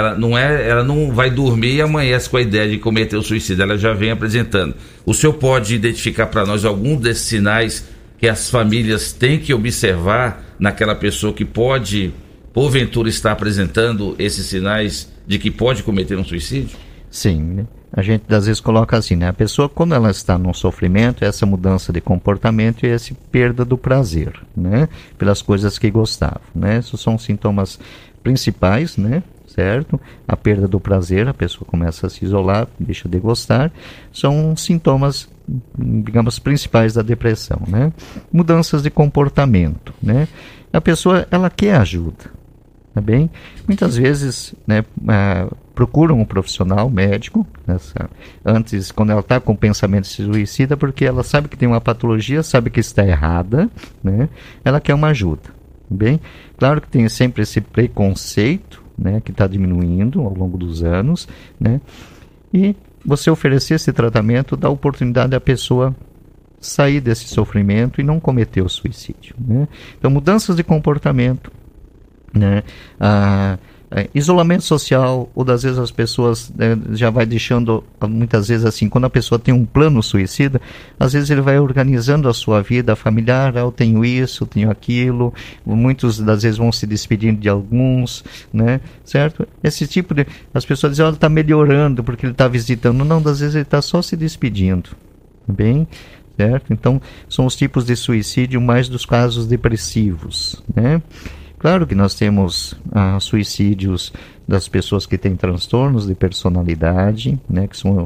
não vai dormir e amanhece com a ideia de cometer o suicídio. Ela já vem apresentando. O senhor pode identificar para nós algum desses sinais que as famílias têm que observar naquela pessoa que pode, porventura, estar apresentando esses sinais de que pode cometer um suicídio? Sim, né? A gente às vezes coloca assim, né? A pessoa, quando ela está num sofrimento, essa mudança de comportamento e essa perda do prazer, né? Pelas coisas que gostava, né? Esses são sintomas principais, né? Certo? A perda do prazer, a pessoa começa a se isolar, deixa de gostar, são sintomas, digamos, principais da depressão, né? Mudanças de comportamento, né? A pessoa, ela quer ajuda, tá bem? Muitas vezes, né, procuram um profissional médico, antes, quando ela está com pensamento suicida, porque ela sabe que tem uma patologia, sabe que está errada, né? Ela quer uma ajuda, tá bem? Claro que tem sempre esse preconceito, né, que está diminuindo ao longo dos anos, né? E você oferecer esse tratamento dá a oportunidade da pessoa sair desse sofrimento e não cometer o suicídio, né? Então, mudanças de comportamento, né? Isolamento social, ou das vezes as pessoas, né, já vai deixando, muitas vezes assim, quando a pessoa tem um plano suicida, às vezes ele vai organizando a sua vida familiar, eu tenho isso, eu tenho aquilo, muitos das vezes vão se despedindo de alguns, né, certo? Esse tipo de, as pessoas dizem, ele está melhorando porque ele está visitando, não, das vezes ele está só se despedindo, bem, certo? Então, são os tipos de suicídio mais dos casos depressivos, né? Claro que nós temos suicídios das pessoas que têm transtornos de personalidade, né, que são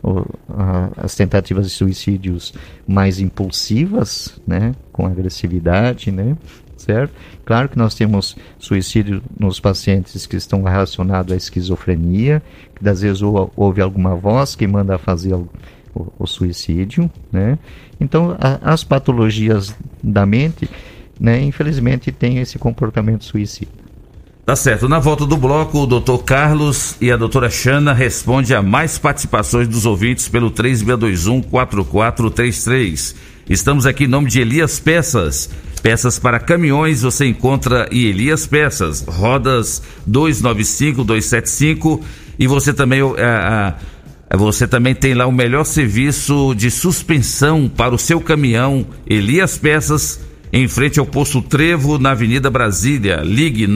as tentativas de suicídios mais impulsivas, né, com agressividade, né, certo? Claro que nós temos suicídio nos pacientes que estão relacionados à esquizofrenia, que às vezes houve alguma voz que manda fazer o suicídio, né? Então, as patologias da mente, né, infelizmente tem esse comportamento suicida. Tá certo. Na volta do bloco, o doutor Carlos e a doutora Xana respondem a mais participações dos ouvintes pelo 3621-4433. Estamos aqui em nome de Elias Peças. Peças para caminhões você encontra em Elias Peças. Rodas 295-275. E você também tem lá o melhor serviço de suspensão para o seu caminhão. Elias Peças, em frente ao Poço Trevo, na Avenida Brasília. Ligue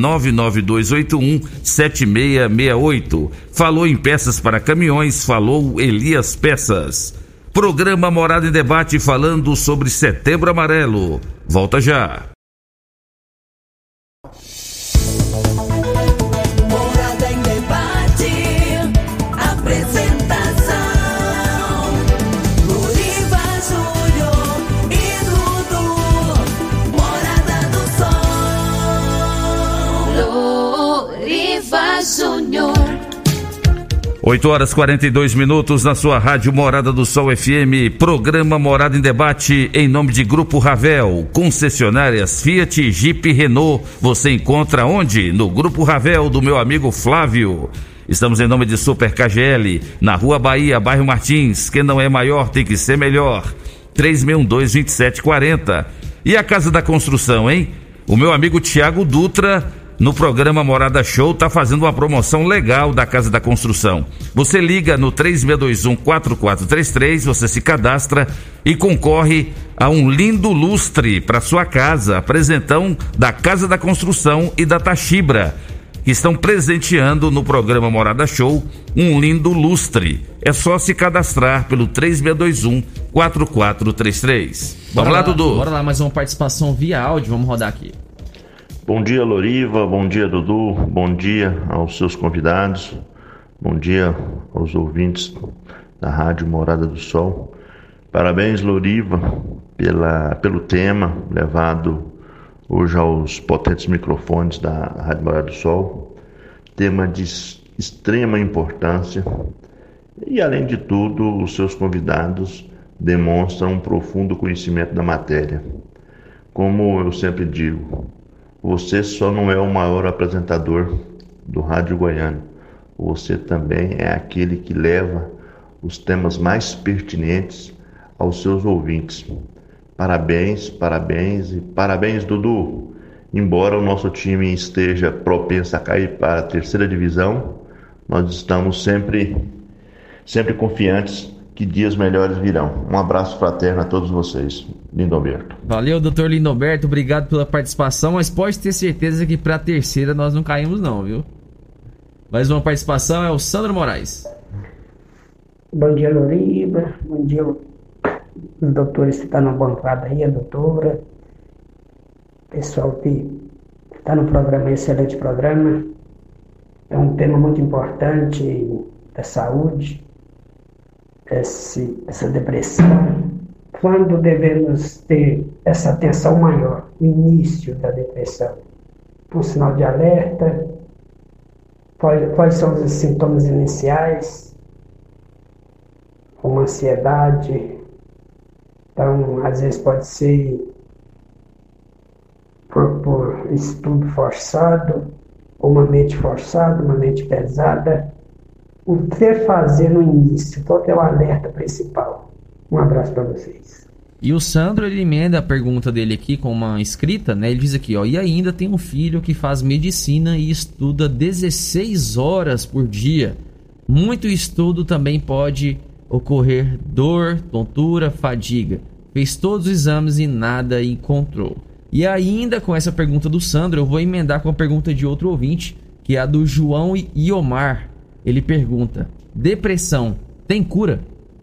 99281-7668. Falou em peças para caminhões, falou Elias Peças. Programa Morada em Debate falando sobre Setembro Amarelo. Volta já. Morada em Debate. Apresentação: Loriva Júnior e Dudu. Morada do Sol. Loriva Júnior. 8h42 na sua rádio Morada do Sol FM, programa Morada em Debate, em nome de Grupo Ravel, concessionárias Fiat, Jeep, Renault. Você encontra onde? No Grupo Ravel, do meu amigo Flávio. Estamos em nome de Super KGL, na Rua Bahia, bairro Martins. Quem não é maior tem que ser melhor. 3612-2740. E a Casa da Construção, hein? O meu amigo Tiago Dutra no programa Morada Show, está fazendo uma promoção legal da Casa da Construção. Você liga no 3621-4433, você se cadastra e concorre a um lindo lustre para sua casa. Apresentão da Casa da Construção e da Tachibra, que estão presenteando no programa Morada Show um lindo lustre. É só se cadastrar pelo 3621-4433. Vamos lá, Dudu. Bora lá, mais uma participação via áudio, vamos rodar aqui. Bom dia, Loriva, bom dia, Dudu, bom dia aos seus convidados, bom dia aos ouvintes da Rádio Morada do Sol. Parabéns, Loriva, pelo tema levado hoje aos potentes microfones da Rádio Morada do Sol. Tema de extrema importância e, além de tudo, os seus convidados demonstram um profundo conhecimento da matéria. Como eu sempre digo, você só não é o maior apresentador do Rádio Goiano, você também é aquele que leva os temas mais pertinentes aos seus ouvintes. Parabéns, parabéns e parabéns, Dudu. Embora o nosso time esteja propenso a cair para a 3ª divisão, nós estamos sempre confiantes que dias melhores virão. Um abraço fraterno a todos vocês. Lindomberto. Valeu, doutor Lindomberto, obrigado pela participação, mas pode ter certeza que para a 3ª nós não caímos não, viu? Mais uma participação é o Sandro Moraes. Bom dia, Loriva. Bom dia, os doutores que estão na bancada aí, a doutora. Pessoal que está no programa, excelente programa. É um tema muito importante da saúde. Essa depressão, quando devemos ter essa atenção maior, o início da depressão, um sinal de alerta, quais são os sintomas iniciais, como ansiedade, então às vezes pode ser por estudo forçado, uma mente forçada, uma mente pesada. O que fazer no início? Qual é o alerta principal? Um abraço para vocês. E o Sandro, ele emenda a pergunta dele aqui com uma escrita, né? Ele diz aqui, ó, e ainda tem um filho que faz medicina e estuda 16 horas por dia. Muito estudo também pode ocorrer dor, tontura, fadiga. Fez todos os exames e nada encontrou. E ainda com essa pergunta do Sandro, eu vou emendar com a pergunta de outro ouvinte, que é a do João Iomar. Ele pergunta, depressão tem cura?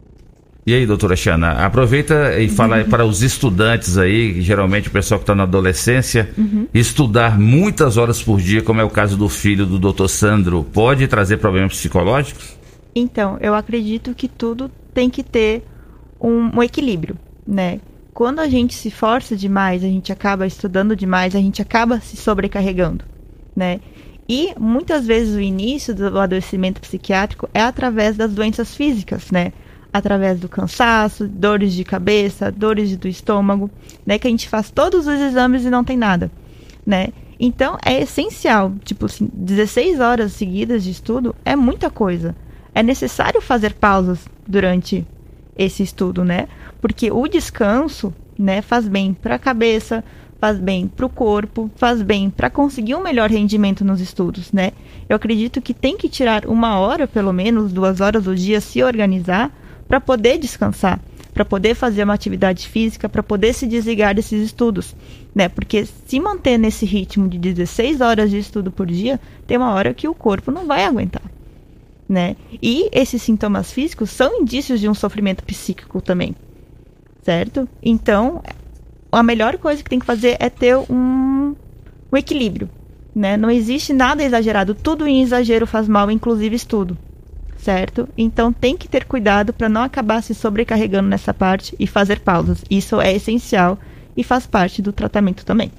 E aí, doutora Xana, aproveita e fala para os estudantes aí, geralmente o pessoal que está na adolescência, estudar muitas horas por dia, como é o caso do filho do doutor Sandro, pode trazer problemas psicológicos? Então, eu acredito que tudo tem que ter um equilíbrio, né? Quando a gente se força demais, a gente acaba estudando demais, a gente acaba se sobrecarregando, né? E muitas vezes o início do adoecimento psiquiátrico é através das doenças físicas, né? Através do cansaço, dores de cabeça, dores do estômago, né? Que a gente faz todos os exames e não tem nada, né? Então é essencial, tipo assim, 16 horas seguidas de estudo é muita coisa. É necessário fazer pausas durante esse estudo, né? Porque o descanso, né, faz bem para a cabeça, faz bem para o corpo, faz bem para conseguir um melhor rendimento nos estudos, né? Eu acredito que tem que tirar 1 hora, pelo menos 2 horas do dia, se organizar para poder descansar, para poder fazer uma atividade física, para poder se desligar desses estudos, né? Porque se manter nesse ritmo de 16 horas de estudo por dia, tem uma hora que o corpo não vai aguentar, né? E esses sintomas físicos são indícios de um sofrimento psíquico também, certo? Então, a melhor coisa que tem que fazer é ter um equilíbrio, né? Não existe nada exagerado, tudo em exagero faz mal, inclusive estudo, certo? Então tem que ter cuidado para não acabar se sobrecarregando nessa parte e fazer pausas. Isso é essencial e faz parte do tratamento também.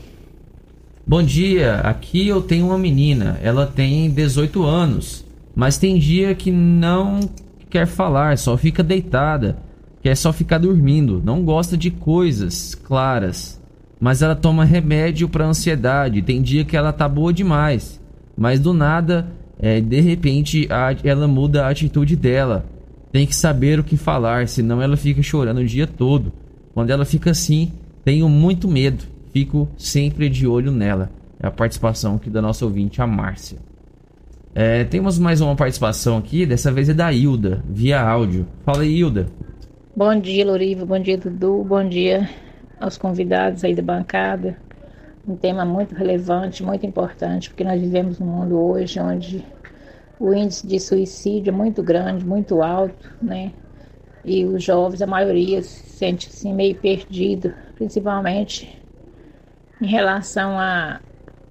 Bom dia, aqui eu tenho uma menina, ela tem 18 anos, mas tem dia que não quer falar, só fica deitada, quer só ficar dormindo, não gosta de coisas claras, mas ela toma remédio para ansiedade, tem dia que ela tá boa demais, mas do nada, de repente, ela muda a atitude dela, tem que saber o que falar, senão ela fica chorando o dia todo. Quando ela fica assim, tenho muito medo, fico sempre de olho nela. É a participação aqui da nossa ouvinte, a Márcia. Temos mais uma participação aqui, dessa vez é da Hilda, via áudio. Fala aí, Hilda. Bom dia, Loriva, bom dia, Dudu, bom dia aos convidados aí da bancada. Um tema muito relevante, muito importante, porque nós vivemos num mundo hoje onde o índice de suicídio é muito grande, muito alto, né? E os jovens, a maioria, se sente assim meio perdido, principalmente em relação à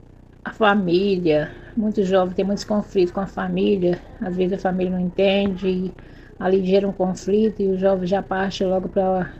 família. Muitos jovens têm muitos conflitos com a família, às vezes a família não entende, e ali gera um conflito e o jovem já parte logo para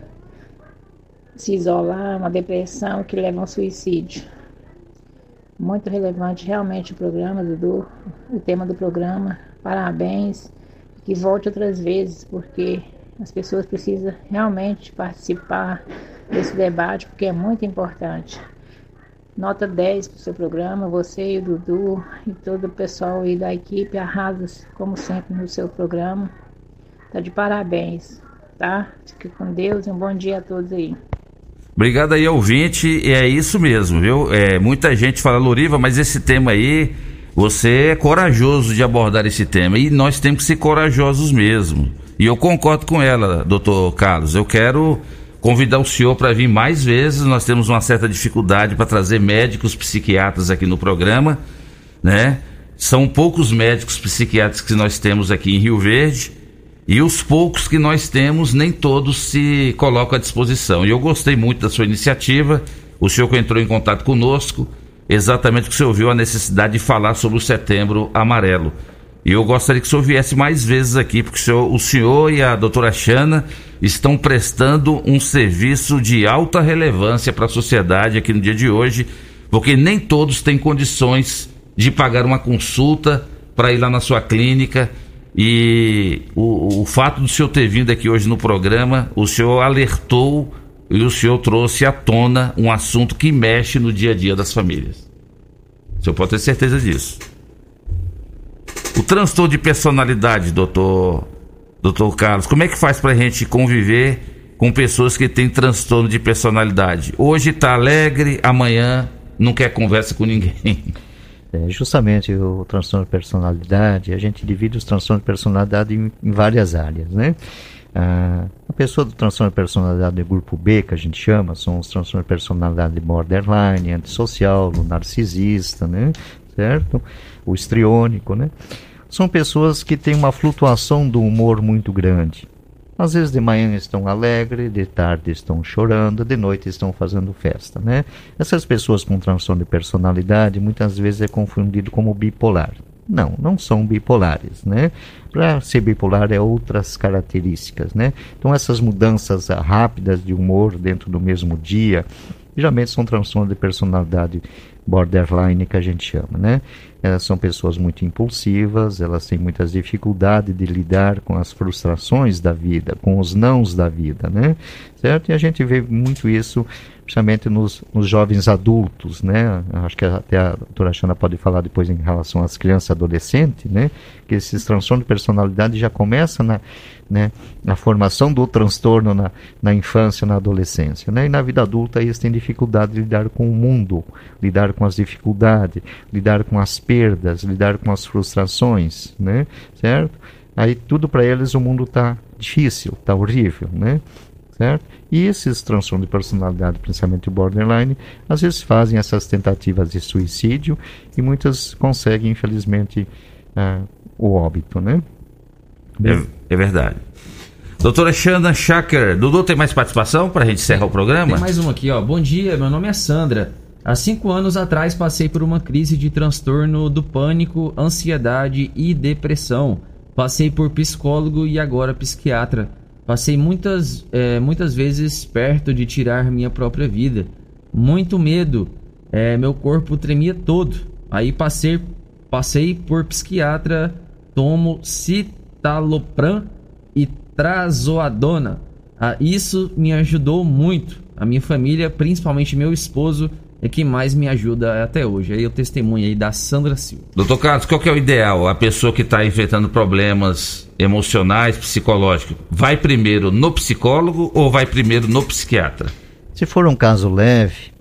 se isolar, uma depressão que leva a um suicídio. Muito relevante realmente o programa, Dudu, o tema do programa. Parabéns, que volte outras vezes, porque as pessoas precisam realmente participar desse debate, porque é muito importante. Nota 10 para o seu programa, você e o Dudu e todo o pessoal aí da equipe arrasa, como sempre, no seu programa. Tá de parabéns, tá? Fique com Deus e um bom dia a todos aí. Obrigado aí, ouvinte, e é isso mesmo, viu? Muita gente fala, Loriva, mas esse tema aí, você é corajoso de abordar esse tema, e nós temos que ser corajosos mesmo. E eu concordo com ela, doutor Carlos, eu quero convidar o senhor para vir mais vezes. Nós temos uma certa dificuldade para trazer médicos psiquiatras aqui no programa, né? São poucos médicos psiquiatras que nós temos aqui em Rio Verde, e os poucos que nós temos, nem todos se colocam à disposição. E eu gostei muito da sua iniciativa. O senhor que entrou em contato conosco, exatamente porque o senhor viu a necessidade de falar sobre o Setembro Amarelo. E eu gostaria que o senhor viesse mais vezes aqui, porque o senhor e a doutora Xana estão prestando um serviço de alta relevância para a sociedade aqui no dia de hoje, porque nem todos têm condições de pagar uma consulta para ir lá na sua clínica. E o fato do senhor ter vindo aqui hoje no programa, o senhor alertou e o senhor trouxe à tona um assunto que mexe no dia a dia das famílias. O senhor pode ter certeza disso. O transtorno de personalidade, doutor Carlos, como é que faz pra gente conviver com pessoas que têm transtorno de personalidade? Hoje tá alegre, amanhã não quer conversa com ninguém. Justamente o transtorno de personalidade, a gente divide os transtornos de personalidade em várias áreas, né? A pessoa do transtorno de personalidade do grupo B, que a gente chama, são os transtornos de personalidade borderline, antissocial, o narcisista, né? Certo? O histriônico, né? São pessoas que têm uma flutuação do humor muito grande. Às vezes de manhã estão alegres, de tarde estão chorando, de noite estão fazendo festa, né? Essas pessoas com transtorno de personalidade muitas vezes é confundido como bipolar. Não são bipolares, né? Para ser bipolar é outras características, né? Então essas mudanças rápidas de humor dentro do mesmo dia, geralmente são transtornos de personalidade borderline, que a gente chama, né? Elas são pessoas muito impulsivas, elas têm muitas dificuldades de lidar com as frustrações da vida, com os nãos da vida, né? Certo? E a gente vê muito isso, principalmente nos jovens adultos, né? Acho que até a doutora Xana pode falar depois em relação às crianças e adolescentes, né? Que esses transtornos de personalidade já começam na formação do transtorno na infância, na adolescência, né? E na vida adulta eles têm dificuldade de lidar com o mundo, lidar com as dificuldades, lidar com as perdas, lidar com as frustrações, né? Certo? Aí tudo para eles o mundo está difícil, está horrível, né? Certo? E esses transtornos de personalidade, principalmente o borderline, às vezes fazem essas tentativas de suicídio e muitas conseguem, infelizmente, o óbito, né? É verdade. Doutora Xana Schacker, Dudu, tem mais participação para a gente encerrar o programa? Tem mais uma aqui, ó. Bom dia, meu nome é Sandra. Há 5 anos atrás passei por uma crise de transtorno do pânico, ansiedade e depressão. Passei por psicólogo e agora psiquiatra. Passei muitas vezes perto de tirar minha própria vida. Muito medo. Meu corpo tremia todo. Aí passei por psiquiatra, tomo citalopram e trazoadona. Isso me ajudou muito. A minha família, principalmente meu esposo, é quem mais me ajuda até hoje. Aí o testemunho aí da Sandra Silva. Doutor Carlos, qual que é o ideal? A pessoa que está enfrentando problemas emocionais, psicológicos, vai primeiro no psicólogo ou vai primeiro no psiquiatra? Se for um caso leve,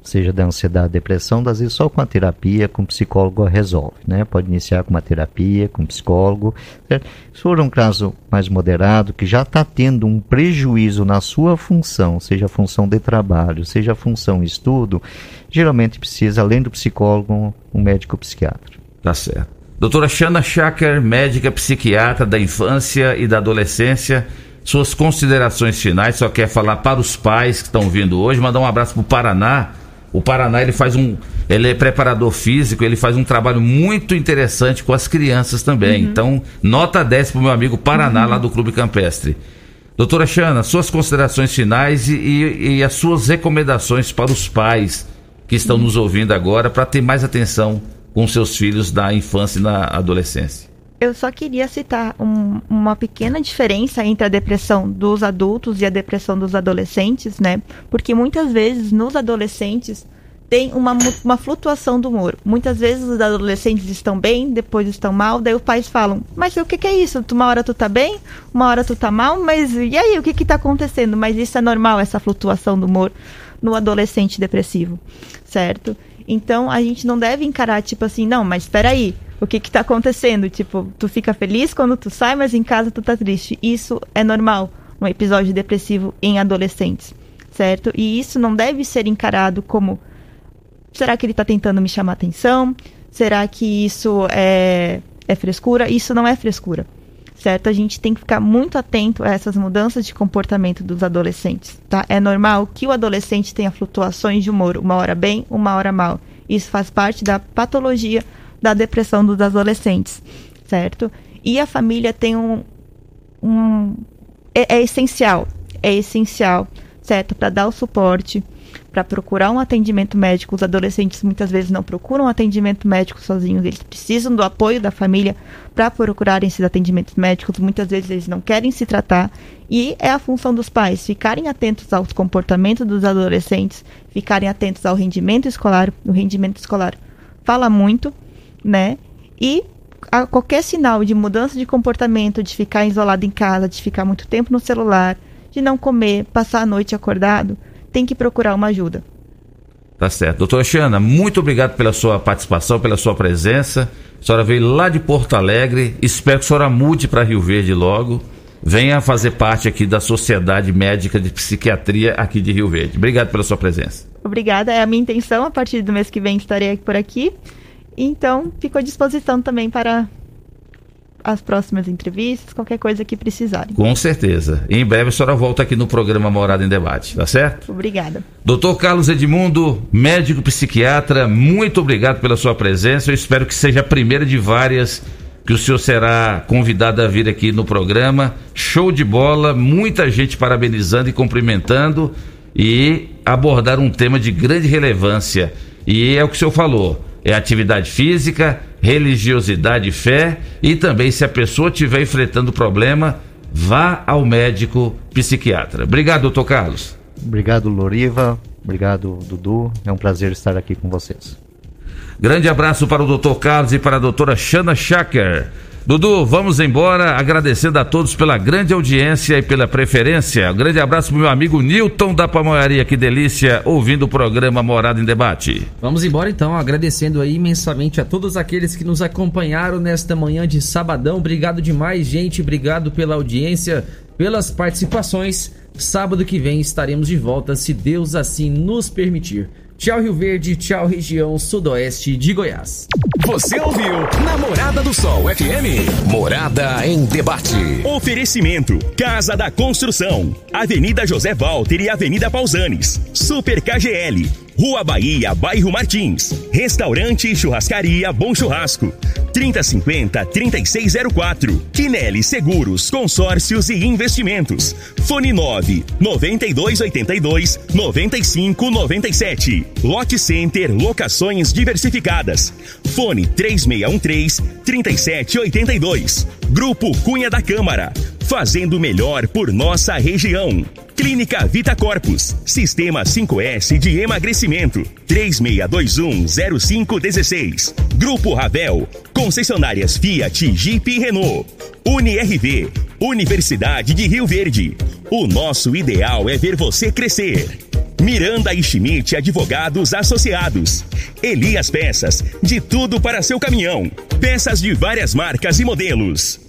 seja da ansiedade, depressão, às vezes só com a terapia, com o psicólogo resolve, né? Pode iniciar com uma terapia, com um psicólogo, certo? Se for um caso mais moderado, que já está tendo um prejuízo na sua função, seja a função de trabalho, seja a função estudo, geralmente precisa, além do psicólogo, um médico psiquiatra. Tá certo. Doutora Shana Shaker, médica psiquiatra da infância e da adolescência, suas considerações finais, só quer falar para os pais que estão vindo hoje, mandar um abraço para o Paraná. O Paraná, ele é preparador físico, ele faz um trabalho muito interessante com as crianças também. Então, nota 10 para o meu amigo Paraná, lá do Clube Campestre. Doutora Shana, suas considerações finais e as suas recomendações para os pais que estão nos ouvindo agora, para ter mais atenção com seus filhos na infância e na adolescência. Eu só queria citar uma pequena diferença entre a depressão dos adultos e a depressão dos adolescentes, né? Porque muitas vezes nos adolescentes tem uma flutuação do humor. Muitas vezes os adolescentes estão bem, depois estão mal, daí os pais falam, mas o que é isso? Uma hora tu tá bem, uma hora tu tá mal, mas e aí, o que tá acontecendo? Mas isso é normal, essa flutuação do humor no adolescente depressivo, certo? Então a gente não deve encarar tipo assim, não, mas espera aí, o que tá acontecendo? Tipo, tu fica feliz quando tu sai, mas em casa tu tá triste. Isso é normal no episódio depressivo em adolescentes, certo? E isso não deve ser encarado como, será que ele tá tentando me chamar atenção? Será que isso é frescura? Isso não é frescura, certo? A gente tem que ficar muito atento a essas mudanças de comportamento dos adolescentes, tá? É normal que o adolescente tenha flutuações de humor, uma hora bem, uma hora mal. Isso faz parte da patologia da depressão dos adolescentes, certo? E a família tem é essencial, certo? Para dar o suporte, para procurar um atendimento médico. Os adolescentes muitas vezes não procuram atendimento médico sozinhos, eles precisam do apoio da família para procurarem esses atendimentos médicos. Muitas vezes eles não querem se tratar e é a função dos pais ficarem atentos aos comportamentos dos adolescentes, ficarem atentos ao rendimento escolar. O rendimento escolar fala muito, né? E a qualquer sinal de mudança de comportamento, de ficar isolado em casa, de ficar muito tempo no celular, de não comer, passar a noite acordado, tem que procurar uma ajuda. Tá certo. Doutora Shana, muito obrigado pela sua participação, pela sua presença. A senhora veio lá de Porto Alegre, espero que a senhora mude para Rio Verde logo. Venha fazer parte aqui da Sociedade Médica de Psiquiatria aqui de Rio Verde. Obrigado pela sua presença. Obrigada, é a minha intenção, a partir do mês que vem estarei por aqui. Então, fico à disposição também para as próximas entrevistas, qualquer coisa que precisarem. Com certeza. Em breve a senhora volta aqui no programa Morada em Debate, tá certo? Obrigada. Doutor Carlos Edmundo, médico psiquiatra, muito obrigado pela sua presença. Eu espero que seja a primeira de várias que o senhor será convidado a vir aqui no programa. Show de bola, muita gente parabenizando e cumprimentando e abordar um tema de grande relevância. E é o que o senhor falou. É atividade física, religiosidade, fé e também, se a pessoa estiver enfrentando problema, vá ao médico psiquiatra. Obrigado, doutor Carlos. Obrigado, Loriva. Obrigado, Dudu. É um prazer estar aqui com vocês. Grande abraço para o doutor Carlos e para a doutora Shana Shaker. Dudu, vamos embora, agradecendo a todos pela grande audiência e pela preferência. Um grande abraço para o meu amigo Newton da Pamonharia, que delícia, ouvindo o programa Morada em Debate. Vamos embora então, agradecendo aí imensamente a todos aqueles que nos acompanharam nesta manhã de sabadão. Obrigado demais, gente, obrigado pela audiência, pelas participações. Sábado que vem estaremos de volta, se Deus assim nos permitir. Tchau, Rio Verde, tchau, região sudoeste de Goiás. Você ouviu Namorada do Sol FM. Morada em Debate. Oferecimento: Casa da Construção, Avenida José Walter e Avenida Pausanes. Super KGL, Rua Bahia, Bairro Martins. Restaurante e Churrascaria Bom Churrasco. 3050-3604. Quinelli Seguros, Consórcios e Investimentos. Fone 99282-9597. Lote Center Locações Diversificadas. Fone 3613-3782. Grupo Cunha da Câmara. Fazendo melhor por nossa região. Clínica Vita Corpus. Sistema 5S de emagrecimento. 3621-0516. Grupo Ravel. Concessionárias Fiat, Jeep e Renault. UniRV. Universidade de Rio Verde. O nosso ideal é ver você crescer. Miranda e Schmidt Advogados Associados. Elias Peças, de tudo para seu caminhão. Peças de várias marcas e modelos.